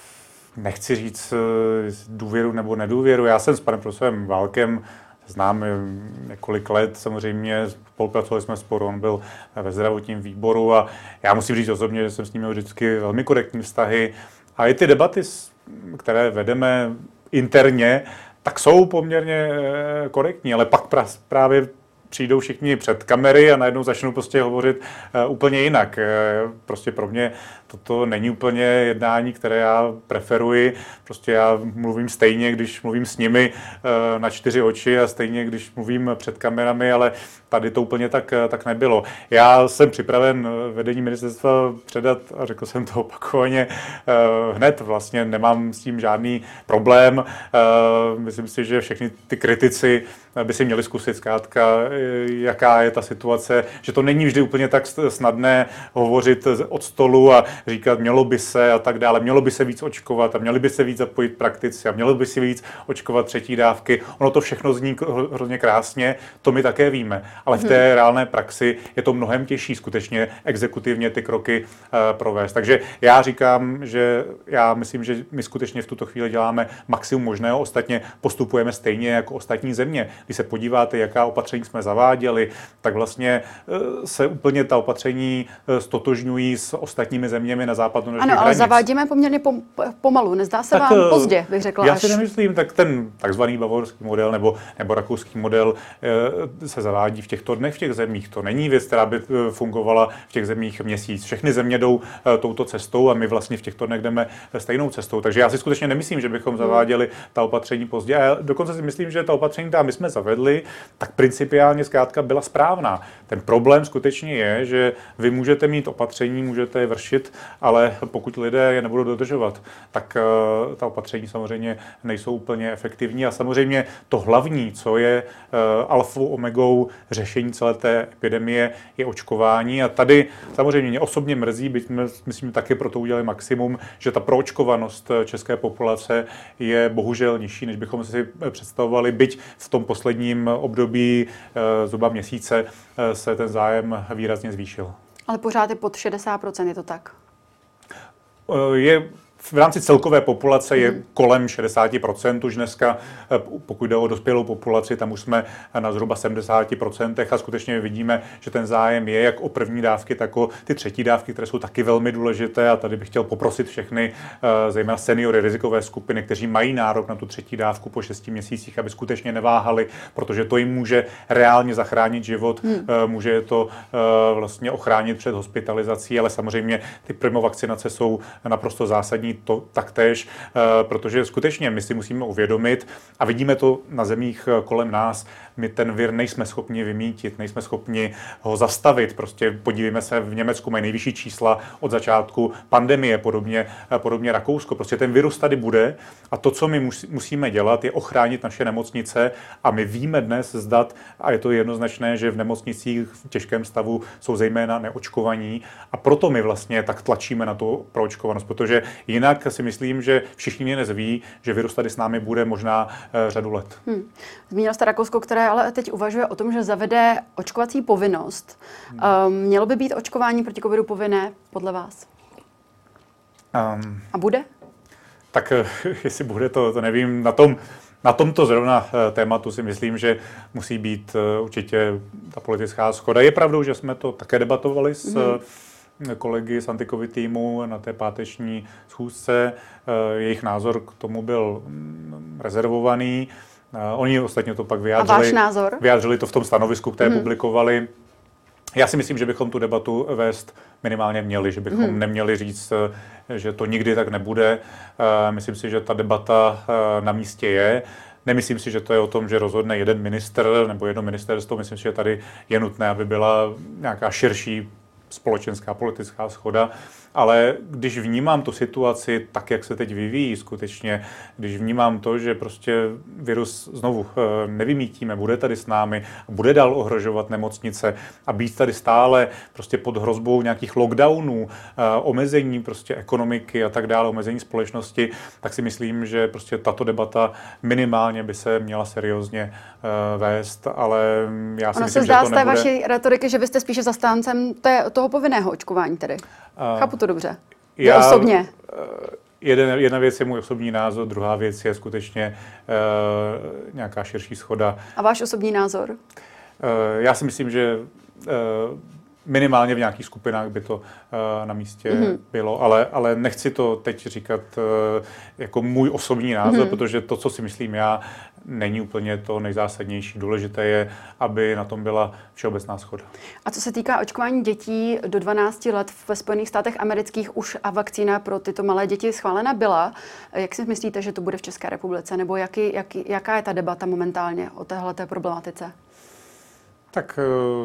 nechci říct důvěru nebo nedůvěru. Já jsem s panem profesorem Válkem znám několik let, samozřejmě spolupracovali jsme spolu, on byl ve zdravotním výboru a já musím říct osobně, že jsem s ním měl vždycky velmi korektní vztahy. A i ty debaty, které vedeme interně, tak jsou poměrně korektní, ale pak právě přijdou všichni před kamery a najednou začnou prostě hovořit uh, úplně jinak. Uh, prostě pro mě toto není úplně jednání, které já preferuji. Prostě já mluvím stejně, když mluvím s nimi uh, na čtyři oči a stejně, když mluvím před kamerami, ale tady to úplně tak, tak nebylo. Já jsem připraven vedení ministerstva předat, a řekl jsem to opakovaně, uh, hned vlastně nemám s tím žádný problém. Uh, myslím si, že všechny ty kritici by si měli zkusit zkrátka, jaká je ta situace, že to není vždy úplně tak snadné hovořit od stolu a říkat, mělo by se a tak dále, mělo by se víc očkovat a měli by se víc zapojit praktici a mělo by se víc očkovat třetí dávky. Ono to všechno zní hrozně krásně, to my také víme, ale v té reálné praxi je to mnohem těžší skutečně exekutivně ty kroky uh, provést. Takže já říkám, že já myslím, že my skutečně v tuto chvíli děláme maximum možného, ostatně postupujeme stejně jako ostatní země. Když se podíváte, jaká opatření jsme zaváděli, tak vlastně se úplně ta opatření stotožňují s ostatními zeměmi na západu našich hranic. Ano, ale zavádíme poměrně pom- pomalu. Nezdá se tak, vám pozdě, bych řekla. Já až... si nemyslím, tak ten takzvaný bavorský model nebo, nebo rakouský model se zavádí v těchto dnech v těch zemích. To není věc, která by fungovala v těch zemích měsíc. Všechny země jdou touto cestou a my vlastně v těchto dnech jdeme stejnou cestou. Takže já si skutečně nemyslím, že bychom zaváděli ta opatření pozdě. A já dokonce si myslím, že ta opatření, která my jsme zavedli, tak principiálně zkrátka byla správná. Ten problém skutečně je, že vy můžete mít opatření, můžete je vršit, ale pokud lidé je nebudou dodržovat, tak uh, ta opatření samozřejmě nejsou úplně efektivní a samozřejmě to hlavní, co je uh, alfou omegou řešení celé té epidemie, je očkování a tady samozřejmě mě osobně mrzí, byť my, myslím, taky proto udělali maximum, že ta proočkovanost české populace je bohužel nižší, než bychom si představovali, byť v tom posledním období uh, zhruba měsíce uh, se ten zájem výrazně zvýšil. Ale pořád je pod šedesát procent, je to tak? Uh, je v rámci celkové populace je kolem šedesát procent už dneska, pokud jde o dospělou populaci, tam už jsme na zhruba sedmdesát procent a skutečně vidíme, že ten zájem je jak o první dávky, tak o ty třetí dávky, které jsou taky velmi důležité a tady bych chtěl poprosit všechny, zejména seniory, rizikové skupiny, kteří mají nárok na tu třetí dávku po šesti měsících, aby skutečně neváhali, protože to jim může reálně zachránit život, hmm. může je to vlastně ochránit před hospitalizací, ale samozřejmě ty primovakcinace jsou naprosto zásadní to taktéž, protože skutečně my si musíme uvědomit a vidíme to na zemích kolem nás, my ten vir nejsme schopni vymítit, nejsme schopni ho zastavit. Prostě podívejme se, v Německu mají nejvyšší čísla od začátku pandemie, podobně, podobně Rakousko. Prostě ten virus tady bude a to, co my musíme dělat, je ochránit naše nemocnice a my víme dnes zdat, a je to jednoznačné, že v nemocnicích v těžkém stavu jsou zejména neočkovaní a proto my vlastně tak tlačíme na tu proočkovanost, protože jinak si myslím, že všichni mě nezví, že virus tady s námi bude možná řadu let. Hmm. Zmínil jste Rakousko, které ale teď uvažuje o tom, že zavede očkovací povinnost. Um, mělo by být očkování proti covidu povinné podle vás? Um, A bude? Tak jestli bude, to, to nevím. Na tom, na tomto zrovna tématu si myslím, že musí být určitě ta politická shoda. Je pravdou, že jsme to také debatovali s mm-hmm. kolegy z anti-covid týmu na té páteční schůzce. Jejich názor k tomu byl rezervovaný. Oni ostatně to pak vyjádřili. A váš názor? Vyjádřili to v tom stanovisku, které hmm. publikovali. Já si myslím, že bychom tu debatu vést minimálně měli, že bychom hmm. neměli říct, že to nikdy tak nebude. Myslím si, že ta debata na místě je. Nemyslím si, že to je o tom, že rozhodne jeden ministr nebo jedno ministerstvo. Myslím si, že tady je nutné, aby byla nějaká širší společenská politická shoda, ale když vnímám tu situaci tak, jak se teď vyvíjí skutečně, když vnímám to, že prostě virus znovu nevymítíme, bude tady s námi, bude dál ohrožovat nemocnice a být tady stále prostě pod hrozbou nějakých lockdownů, omezení prostě ekonomiky a tak dále, omezení společnosti, tak si myslím, že prostě tato debata minimálně by se měla seriózně vést, ale já si ono myslím, se zdá že to z té nebude... vaší retoriky, že vy jste spíše zastáncem té, toho povinného očkování tedy. Uh, Chápu to dobře. Já, Vy osobně. Jeden, jedna věc je můj osobní názor, druhá věc je skutečně uh, nějaká širší shoda. A váš osobní názor? Uh, já si myslím, že uh, minimálně v nějakých skupinách by to uh, na místě mm-hmm. bylo, ale, ale nechci to teď říkat uh, jako můj osobní názor, mm-hmm. protože to, co si myslím já, není úplně to nejzásadnější. Důležité je, aby na tom byla všeobecná shoda. A co se týká očkování dětí do dvanácti let ve Spojených státech amerických, už a vakcína pro tyto malé děti schválena byla. Jak si myslíte, že to bude v České republice? Nebo jaký, jaký, jaká je ta debata momentálně o téhleté problematice? Tak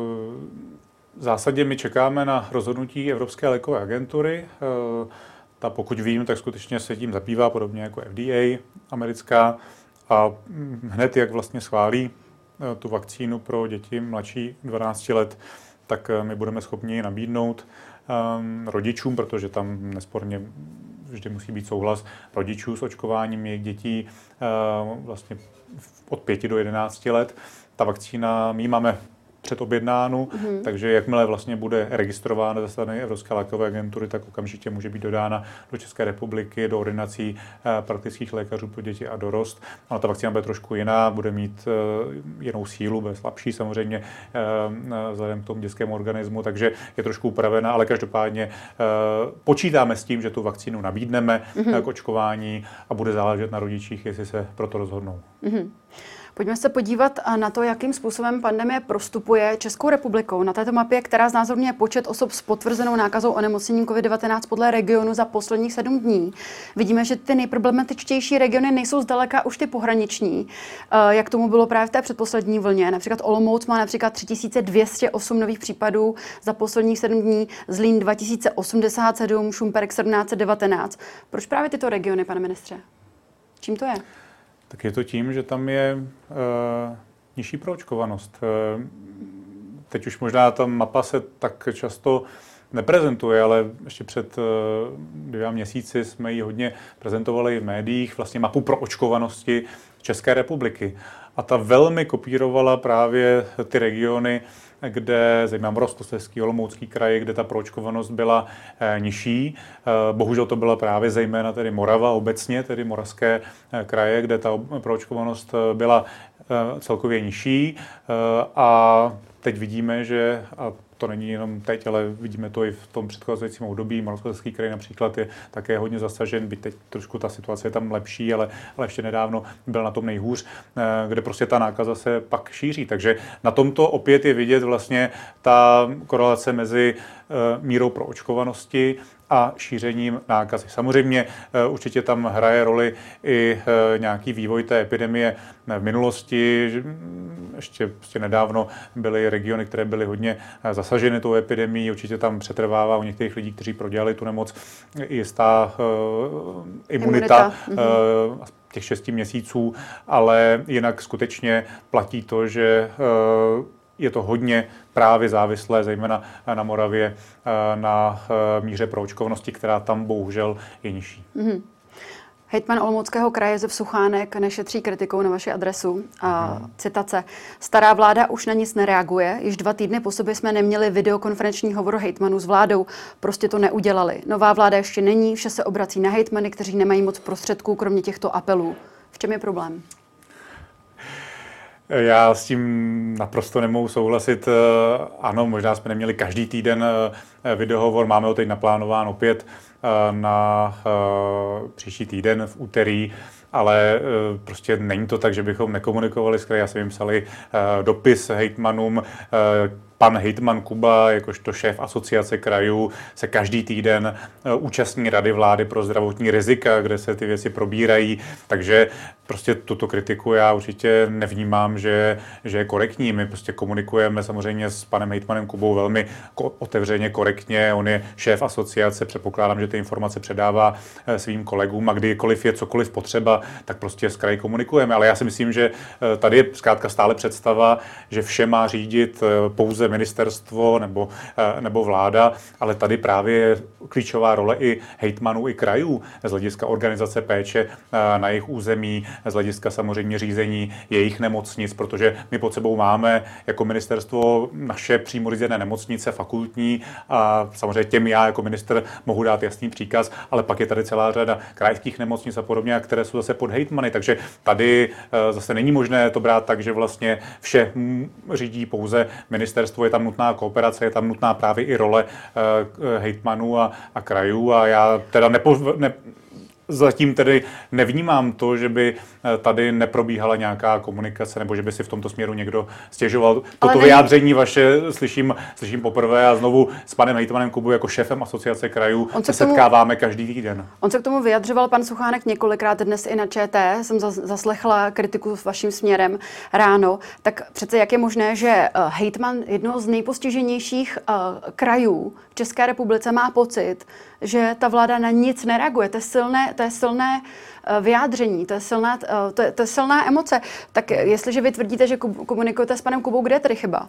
v zásadě my čekáme na rozhodnutí Evropské lékové agentury. Ta, pokud vím, tak skutečně se tím zabývá, podobně jako F D A americká. A hned, jak vlastně schválí tu vakcínu pro děti mladší dvanácti let, tak my budeme schopni nabídnout um, rodičům, protože tam nesporně vždy musí být souhlas rodičů s očkováním jejich dětí uh, vlastně od pěti do jedenácti let. Ta vakcína, my máme předobjednánu, mm-hmm. takže jakmile vlastně bude registrována ze strany Evropské lékové agentury, tak okamžitě může být dodána do České republiky, do ordinací eh, praktických lékařů pro děti a dorost. Ona ta vakcína bude trošku jiná, bude mít eh, jinou sílu, bude slabší samozřejmě eh, vzhledem k tomu dětskému organismu, takže je trošku upravená, ale každopádně eh, počítáme s tím, že tu vakcínu nabídneme mm-hmm. k očkování a bude záležet na rodičích, jestli se pro to rozhodnou. Mm-hmm. Pojďme se podívat na to, jakým způsobem pandemie prostupuje Českou republikou. Na této mapě, která znázorňuje počet osob s potvrzenou nákazou onemocněním covid devatenáct podle regionu za posledních sedm dní, vidíme, že ty nejproblematičtější regiony nejsou zdaleka už ty pohraniční, jak tomu bylo právě v té předposlední vlně. Například Olomouc má například tři tisíce dvě stě osm nových případů za posledních sedm dní, Zlín dva tisíce osmdesát sedm, Šumperk sedmnáct set devatenáct. Proč právě tyto regiony, pane ministře? Čím to je? Tak je to tím, že tam je uh, nižší proočkovanost. Uh, teď už možná ta mapa se tak často neprezentuje, ale ještě před uh, dvěma měsíci jsme ji hodně prezentovali v médiích, vlastně mapu proočkovanosti České republiky. A ta velmi kopírovala právě ty regiony, kde zejména Moravskoslezský, Olomoucký kraj, kde ta proočkovanost byla nižší. Bohužel to byla právě zejména tedy Morava obecně, tedy moravské kraje, kde ta proočkovanost byla celkově nižší. A teď vidíme, že a to není jenom teď, ale vidíme to i v tom předcházejícím období. Moravskoslezský kraj například je také hodně zasažen, byť teď trošku ta situace je tam lepší, ale, ale ještě nedávno byl na tom nejhůř, kde prostě ta nákaza se pak šíří. Takže na tomto opět je vidět vlastně ta korelace mezi mírou proočkovanosti a šířením nákazy. Samozřejmě určitě tam hraje roli i nějaký vývoj té epidemie v minulosti. Ještě, ještě nedávno byly regiony, které byly hodně zasaženy tou epidemií. Určitě tam přetrvává u některých lidí, kteří prodělali tu nemoc, jistá uh, imunita, imunita. Uh, těch šesti měsíců, ale jinak skutečně platí to, že uh, je to hodně právě závislé, zejména na Moravě, na míře proočkovanosti, která tam bohužel je nižší. Mm-hmm. Hejtman Olomouckého kraje Josef Suchánek nešetří kritikou na vaši adresu. A mm. Citace. Stará vláda už na nic nereaguje. Již dva týdny po sobě jsme neměli videokonferenční hovor hejtmanů s vládou. Prostě to neudělali. Nová vláda ještě není, vše se obrací na hejtmany, kteří nemají moc prostředků, kromě těchto apelů. V čem je problém? Já s tím naprosto nemohu souhlasit. Ano, možná jsme neměli každý týden videohovor, máme ho teď naplánován opět na příští týden v úterý, ale prostě není to tak, že bychom nekomunikovali s kraji. Já jsem jim psali dopis hejtmanům. Pan hejtman Kuba, jakožto šéf asociace krajů, se každý týden účastní Rady vlády pro zdravotní rizika, kde se ty věci probírají. Takže prostě tuto kritiku já určitě nevnímám, že, že je korektní. My prostě komunikujeme samozřejmě s panem hejtmanem Kubou velmi ko- otevřeně, korektně. On je šéf asociace, předpokládám, že ty informace předává svým kolegům a kdykoliv je cokoliv potřeba, tak prostě s kraji komunikujeme. Ale já si myslím, že tady je zkrátka stále představa, že vše má řídit pouze ministerstvo nebo, nebo vláda, ale tady právě je klíčová role i hejtmanů, i krajů z hlediska organizace péče na jejich území, z hlediska samozřejmě řízení jejich nemocnic, protože my pod sebou máme jako ministerstvo naše přímo řízené nemocnice, fakultní a samozřejmě těm já jako minister mohu dát jasný příkaz, ale pak je tady celá řada krajských nemocnic a podobně, které jsou zase pod hejtmany, takže tady zase není možné to brát tak, že vlastně vše řídí pouze ministerstvo. Je tam nutná kooperace, je tam nutná právě i role uh, hejtmanů a, a krajů a já teda nepo, ne, zatím tedy nevnímám to, že by tady neprobíhala nějaká komunikace nebo že by si v tomto směru někdo stěžoval. Toto ne... vyjádření vaše slyším, slyším poprvé a znovu s panem hejtmanem Kubou jako šéfem asociace krajů se, se tomu, setkáváme každý týden. On se k tomu vyjadřoval pan Suchánek několikrát dnes i na ČT. Jsem zaslechla kritiku s vaším směrem ráno. Tak přece jak je možné, že hejtman jednoho z nejpostiženějších uh, krajů v České republice má pocit, že ta vláda na nic nereaguje. To je silné, to je silné vyjádření, to je, silná, to, je, to je silná emoce. Tak jestliže vy tvrdíte, že komunikujete s panem Kubou, kde je tedy chyba?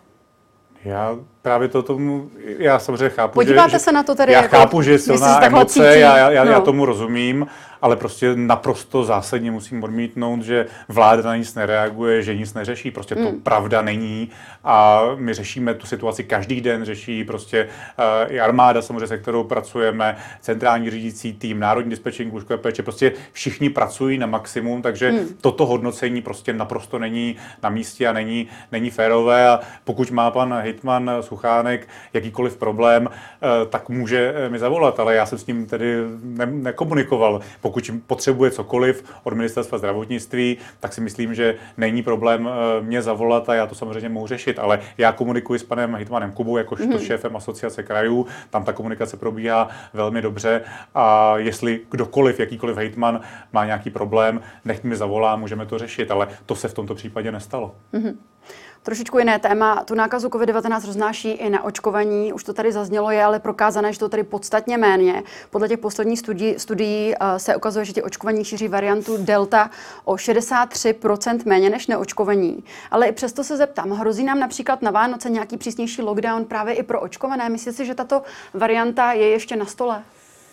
Já právě to tomu, já samozřejmě chápu, Podíváte že, se na to tedy já jako, chápu, že je silná emoce, já, já, no. já tomu rozumím, ale prostě naprosto zásadně musím odmítnout, že vláda na nic nereaguje, že nic neřeší, prostě to mm. pravda není a my řešíme tu situaci každý den, řeší prostě uh, i armáda samozřejmě, se kterou pracujeme, centrální řídící tým, národní dispečink, lůžkové péče, prostě všichni pracují na maximum, takže mm. toto hodnocení prostě naprosto není na místě a není, není férové a pokud má pan hejtman Suchánek jakýkoliv problém, uh, tak může mi zavolat, ale já jsem s ním tedy ne- nekomunikoval. Pokud potřebuje cokoliv od ministerstva zdravotnictví, tak si myslím, že není problém mě zavolat a já to samozřejmě mohu řešit, ale já komunikuji s panem hejtmanem Kubou jakožto mm. šéfem asociace krajů, tam ta komunikace probíhá velmi dobře a jestli kdokoliv, jakýkoliv hejtman má nějaký problém, nech mi zavolá, můžeme to řešit, ale to se v tomto případě nestalo. Mm. Trošičku jiné téma. Tu nákazu covid devatenáct roznáší i na očkovaní. Už to tady zaznělo, je ale prokázané, že to tady podstatně méně. Podle těch posledních studií, studií se ukazuje, že ti očkovaní šíří variantu Delta o šedesát tři procent méně než neočkovaní. Ale i přesto se zeptám, hrozí nám například na Vánoce nějaký přísnější lockdown právě i pro očkované? Myslíte si, že tato varianta je ještě na stole?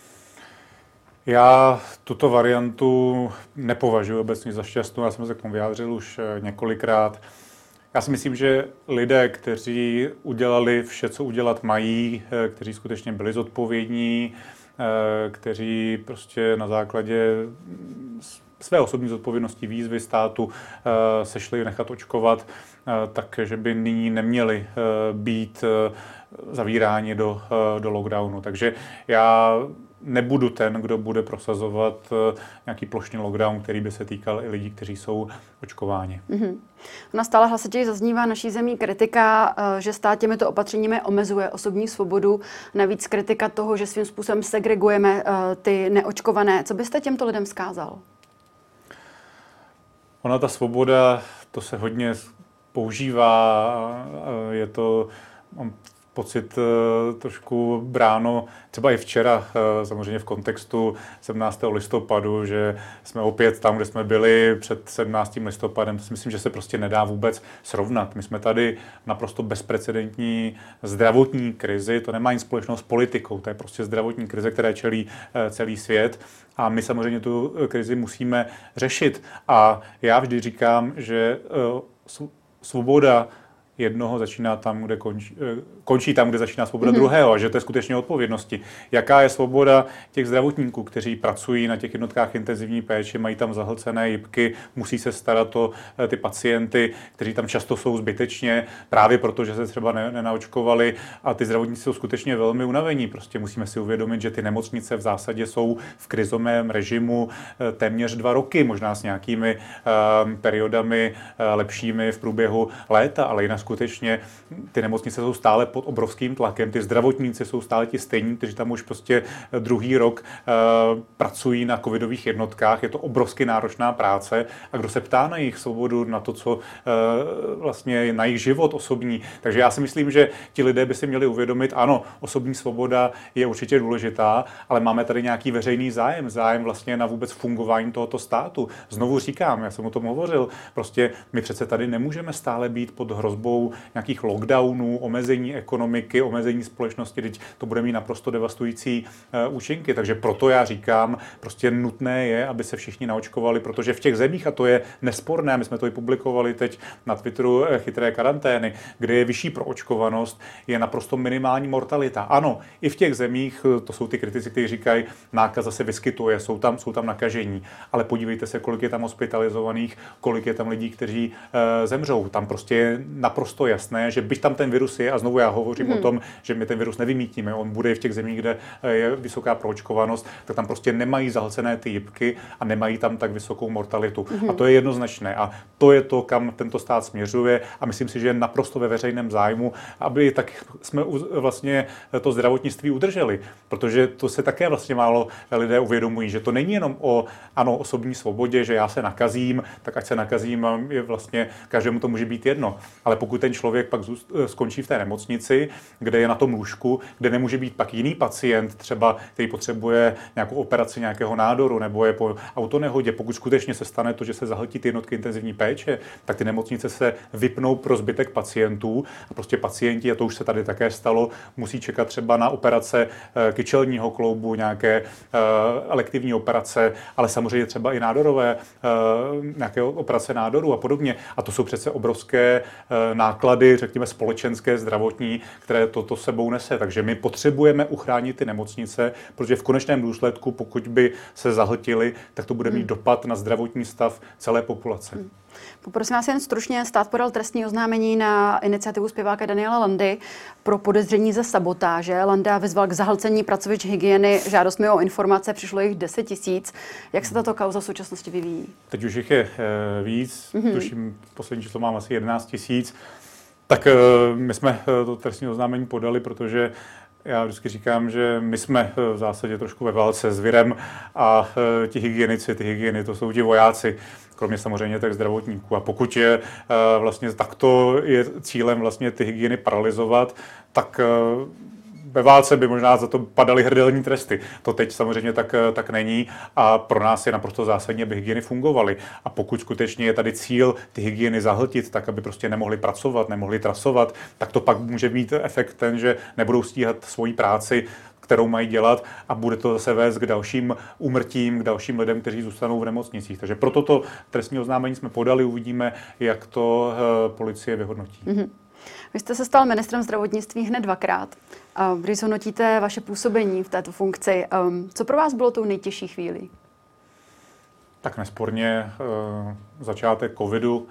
Já tuto variantu nepovažuji obecně za šťastnou. Já jsem se k tomu vyjádřil už několikrát. Já si myslím, že lidé, kteří udělali vše, co udělat mají, kteří skutečně byli zodpovědní, kteří prostě na základě své osobní zodpovědnosti, výzvy státu se šli nechat očkovat, takže by nyní neměli být zavíráni do, do lockdownu. Takže já nebudu ten, kdo bude prosazovat nějaký plošný lockdown, který by se týkal i lidí, kteří jsou očkováni. Mm-hmm. Ona stále hlasitěji zaznívá naší zemí kritika, že stát těmito opatřeními omezuje osobní svobodu, navíc kritika toho, že svým způsobem segregujeme ty neočkované. Co byste těmto lidem vzkázal? Ona ta svoboda, to se hodně používá, je to... pocit trošku bráno, třeba i včera, samozřejmě v kontextu sedmnáctého listopadu, že jsme opět tam, kde jsme byli před sedmnáctým listopadem. To si myslím, že se prostě nedá vůbec srovnat. My jsme tady naprosto bezprecedentní zdravotní krizi, to nemá nic společného s politikou, to je prostě zdravotní krize, které čelí celý svět. A my samozřejmě tu krizi musíme řešit. A já vždy říkám, že svoboda jednoho začíná tam, kde končí, končí tam, kde začíná svoboda mm-hmm. druhého, a že to je skutečně odpovědnosti. Jaká je svoboda těch zdravotníků, kteří pracují na těch jednotkách intenzivní péče, mají tam zahlcené jipky, musí se starat o ty pacienty, kteří tam často jsou zbytečně, právě proto, že se třeba nenaočkovali, a ty zdravotníci jsou skutečně velmi unavení. Prostě musíme si uvědomit, že ty nemocnice v zásadě jsou v krizovém režimu téměř dva roky, možná s nějakými um, periodami uh, lepšími v průběhu léta, ale jinak skutečně ty nemocnice jsou stále pod obrovským tlakem, ty zdravotníci jsou stále ti stejní, kteří tam už prostě druhý rok uh, pracují na covidových jednotkách, je to obrovsky náročná práce, a kdo se ptá na jejich svobodu, na to, co uh, vlastně na jejich život osobní. Takže já si myslím, že ti lidé by si měli uvědomit, ano, osobní svoboda je určitě důležitá, ale máme tady nějaký veřejný zájem, zájem vlastně na vůbec fungování tohoto státu. Znovu říkám, já jsem o tom hovořil, prostě my přece tady nemůžeme stále být pod hrozbou nějakých lockdownů, omezení ekonomiky, omezení společnosti, teď to bude mít naprosto devastující uh, účinky. Takže proto já říkám, prostě nutné je, aby se všichni naočkovali, protože v těch zemích, a to je nesporné, my jsme to i publikovali teď na Twitteru Chytré karantény, kde je vyšší proočkovanost, je naprosto minimální mortalita. Ano, i v těch zemích, to jsou ty kritici, kteří říkají, nákaza se vyskytuje, jsou tam, jsou tam nakažení, ale podívejte se, kolik je tam hospitalizovaných, kolik je tam lidí, kteří uh, zemřou. Tam prostě je naprosto jasné, že byť tam ten virus je, a znovu já hovořím hmm. o tom, že my ten virus nevymítíme, on bude v těch zemích, kde je vysoká proočkovanost, tak tam prostě nemají zahlcené ty jipky a nemají tam tak vysokou mortalitu. Hmm. A to je jednoznačné. A to je to, kam tento stát směřuje, a myslím si, že je naprosto ve veřejném zájmu, aby tak jsme vlastně to zdravotnictví udrželi, protože to se také vlastně málo lidé uvědomují, že to není jenom o ano, osobní svobodě, že já se nakazím, tak ať se nakazím, je vlastně každému to může být jedno. Ale pokud ten člověk pak skončí v té nemocnici, kde je na tom lůžku, kde nemůže být pak jiný pacient, třeba který potřebuje nějakou operaci nějakého nádoru nebo je po autonehodě, pokud skutečně se stane to, že se zahltí ty jednotky intenzivní péče, tak ty nemocnice se vypnou pro zbytek pacientů a prostě pacienti, a to už se tady také stalo, musí čekat třeba na operace kyčelního kloubu, nějaké elektivní operace, ale samozřejmě třeba i nádorové, nějaké operace nádoru a podobně. A to jsou přece obrovské náklady, řekněme společenské, zdravotní, které toto sebou nese. Takže my potřebujeme uchránit ty nemocnice, protože v konečném důsledku, pokud by se zahltily, tak to bude mít hmm. dopad na zdravotní stav celé populace. Hmm. Poprosím vás jen stručně, stát podal trestní oznámení na iniciativu zpěváka Daniela Landy pro podezření ze sabotáže. Landa vyzval k zahlcení pracovišť hygieny žádostmi o informace, přišlo jich deset tisíc. Jak se tato kauza v současnosti vyvíjí? Teď už jich je e, víc, mm-hmm. tuším, poslední číslo mám asi jedenáct tisíc. Tak e, my jsme to trestní oznámení podali, protože já vždycky říkám, že my jsme v zásadě trošku ve válce s virem a e, ti hygienici, ty hygieny, to jsou ti vojáci, kromě samozřejmě tak zdravotníků. A pokud je e, vlastně takto je cílem vlastně ty hygieny paralyzovat, tak e, ve válce by možná za to padaly hrdelní tresty. To teď samozřejmě tak, tak není a pro nás je naprosto zásadní, aby hygieny fungovaly. A pokud skutečně je tady cíl ty hygieny zahltit, tak aby prostě nemohli pracovat, nemohli trasovat, tak to pak může mít efekt ten, že nebudou stíhat svoji práci, kterou mají dělat a bude to zase vést k dalším úmrtím, k dalším lidem, kteří zůstanou v nemocnicích. Takže proto to trestní oznámení jsme podali, uvidíme, jak to policie vyhodnotí. Mm-hmm. Vy jste se stal ministrem zdravotnictví hned dvakrát. Když zhodnotíte vaše působení v této funkci, co pro vás bylo tou nejtěžší chvílí? Tak nesporně začátek covidu,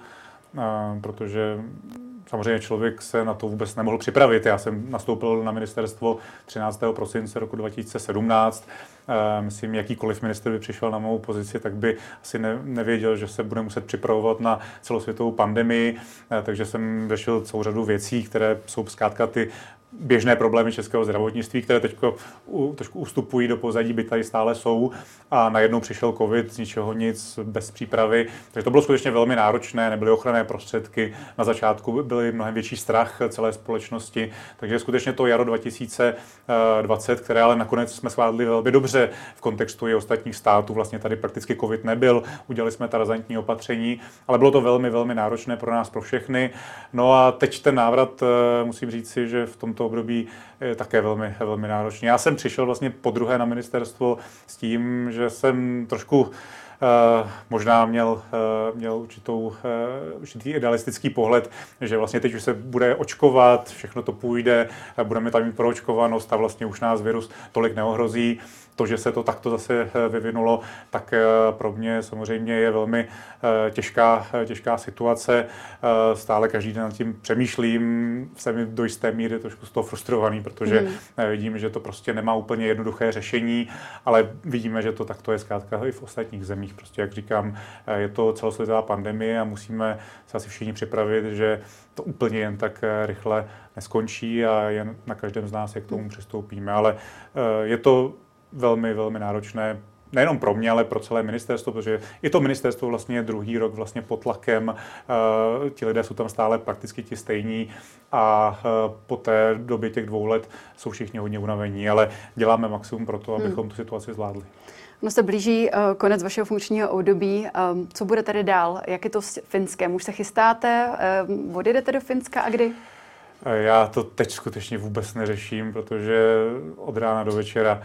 protože samozřejmě člověk se na to vůbec nemohl připravit. Já jsem nastoupil na ministerstvo třináctého prosince roku dva tisíce sedmnáct. Myslím, jakýkoliv ministr by přišel na mou pozici, tak by asi ne, nevěděl, že se bude muset připravovat na celosvětovou pandemii. Takže jsem řešil celou řadu věcí, které jsou zkrátka ty běžné problémy českého zdravotnictví, které teď trošku ustupují do pozadí, by tady stále jsou. A najednou přišel covid, z ničeho nic, bez přípravy. Takže to bylo skutečně velmi náročné, nebyly ochranné prostředky. Na začátku byl mnohem větší strach celé společnosti. Takže skutečně to jaro dva tisíce dvacet, které ale nakonec jsme zvládli velmi dobře v kontextu i ostatních států. Vlastně tady prakticky covid nebyl. Udělali jsme ta razantní opatření, ale bylo to velmi, velmi náročné pro nás, pro všechny. No a teď ten návrat, musím říct si, že v tomto období je také velmi, velmi náročný. Já jsem přišel vlastně po druhé na ministerstvo s tím, že jsem trošku uh, možná měl, uh, měl určitou, uh, určitý idealistický pohled, že vlastně teď už se bude očkovat, všechno to půjde, budeme tam mít proočkovanost a vlastně už nás virus tolik neohrozí. To, že se to takto zase vyvinulo, tak pro mě samozřejmě je velmi těžká, těžká situace. Stále každý den nad tím přemýšlím, jsem do jisté míry trošku z toho frustrovaný, protože mm. vidím, že to prostě nemá úplně jednoduché řešení, ale vidíme, že to takto je zkrátka i v ostatních zemích. Prostě, jak říkám, je to celosvětová pandemie a musíme se asi všichni připravit, že to úplně jen tak rychle neskončí a jen na každém z nás, jak k tomu přistoupíme. Ale je to velmi, velmi náročné, nejenom pro mě, ale pro celé ministerstvo, protože i to ministerstvo vlastně je druhý rok vlastně pod tlakem, uh, ti lidé jsou tam stále prakticky ti stejní a uh, po té době těch dvou let jsou všichni hodně unavení, ale děláme maximum pro to, abychom hmm. tu situaci zvládli. No se blíží uh, konec vašeho funkčního období. Um, co bude tedy dál? Jak je to s Finskem? Už se chystáte? Um, odjedete do Finska a kdy? Já to teď skutečně vůbec neřeším, protože od rána do večera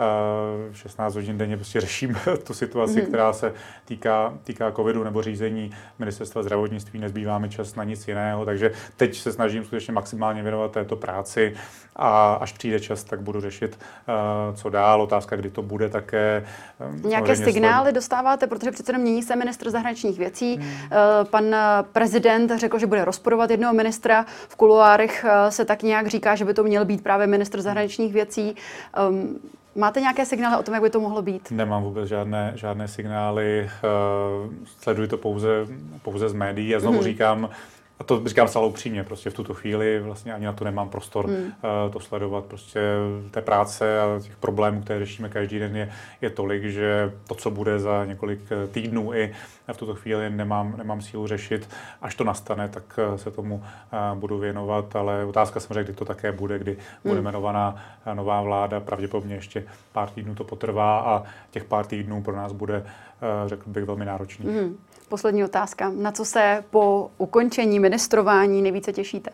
šestnáct hodin denně prostě řeším tu situaci, mm. která se týká, týká covidu nebo řízení ministerstva zdravotnictví. Nezbývá mi čas na nic jiného, takže teď se snažím skutečně maximálně věnovat této práci a až přijde čas, tak budu řešit, co dál. Otázka, kdy to bude také. Nějaké signály sled... dostáváte, protože přece mění se ministr zahraničních věcí. Mm. Pan prezident řekl, že bude rozporovat jednoho ministra. V kuloárech se tak nějak říká, že by to měl být právě ministr zahraničních věcí. Um, Máte nějaké signály o tom, jak by to mohlo být? Nemám vůbec žádné, žádné signály, uh, sleduji to pouze, pouze z médií a znovu mm. říkám, a to říkám celou upřímně, prostě v tuto chvíli vlastně ani na to nemám prostor mm. uh, to sledovat. Prostě té práce a těch problémů, které řešíme každý den, je, je tolik, že to, co bude za několik týdnů, i v tuto chvíli nemám, nemám sílu řešit. Až to nastane, tak se tomu uh, budu věnovat, ale otázka samozřejmě, kdy to také bude, kdy mm. bude jmenovaná nová vláda. Pravděpodobně ještě pár týdnů to potrvá a těch pár týdnů pro nás bude, uh, řekl bych, velmi náročný. Mm. Poslední otázka. Na co se po ukončení ministrování nejvíce těšíte?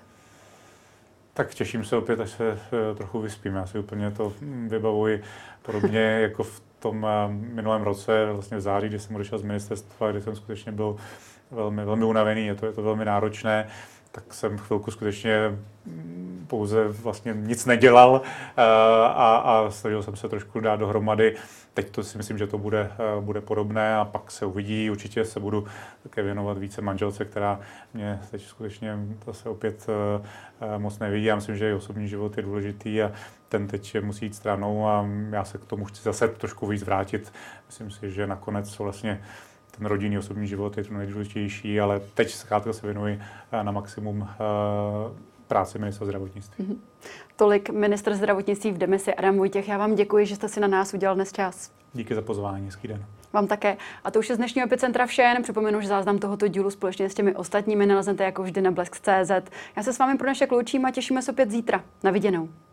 Tak těším se opět, až se trochu vyspím. Já si úplně to vybavuji podobně jako v tom minulém roce, vlastně v září, kdy jsem odešel z ministerstva, kdy jsem skutečně byl velmi, velmi unavený, je to, je to velmi náročné. Tak jsem chvilku skutečně pouze vlastně nic nedělal a, a snažil jsem se trošku dát dohromady. Teď to si myslím, že to bude, bude podobné a pak se uvidí. Určitě se budu také věnovat více manželce, která mě teď skutečně zase opět moc nevidí. Já myslím, že její osobní život je důležitý a ten teď musí jít stranou a já se k tomu chci zase trošku víc vrátit. Myslím si, že nakonec vlastně ten rodinný osobní život je to nejdůležitější, ale teď zkrátka se věnuji na maximum práci ministra zdravotnictví. Mm-hmm. Tolik ministr zdravotnictví v demisi Adam Vojtěch. Já vám děkuji, že jste si na nás udělal dnes čas. Díky za pozvání, hezký den. Vám také. A to už je z dnešního Epicentra vše. Jen připomenu, že záznam tohoto dílu společně s těmi ostatními naleznete jako vždy na blesk tečka cé zet. Já se s vámi pro dnešek loučím a těšíme se opět zítra. Na viděnou.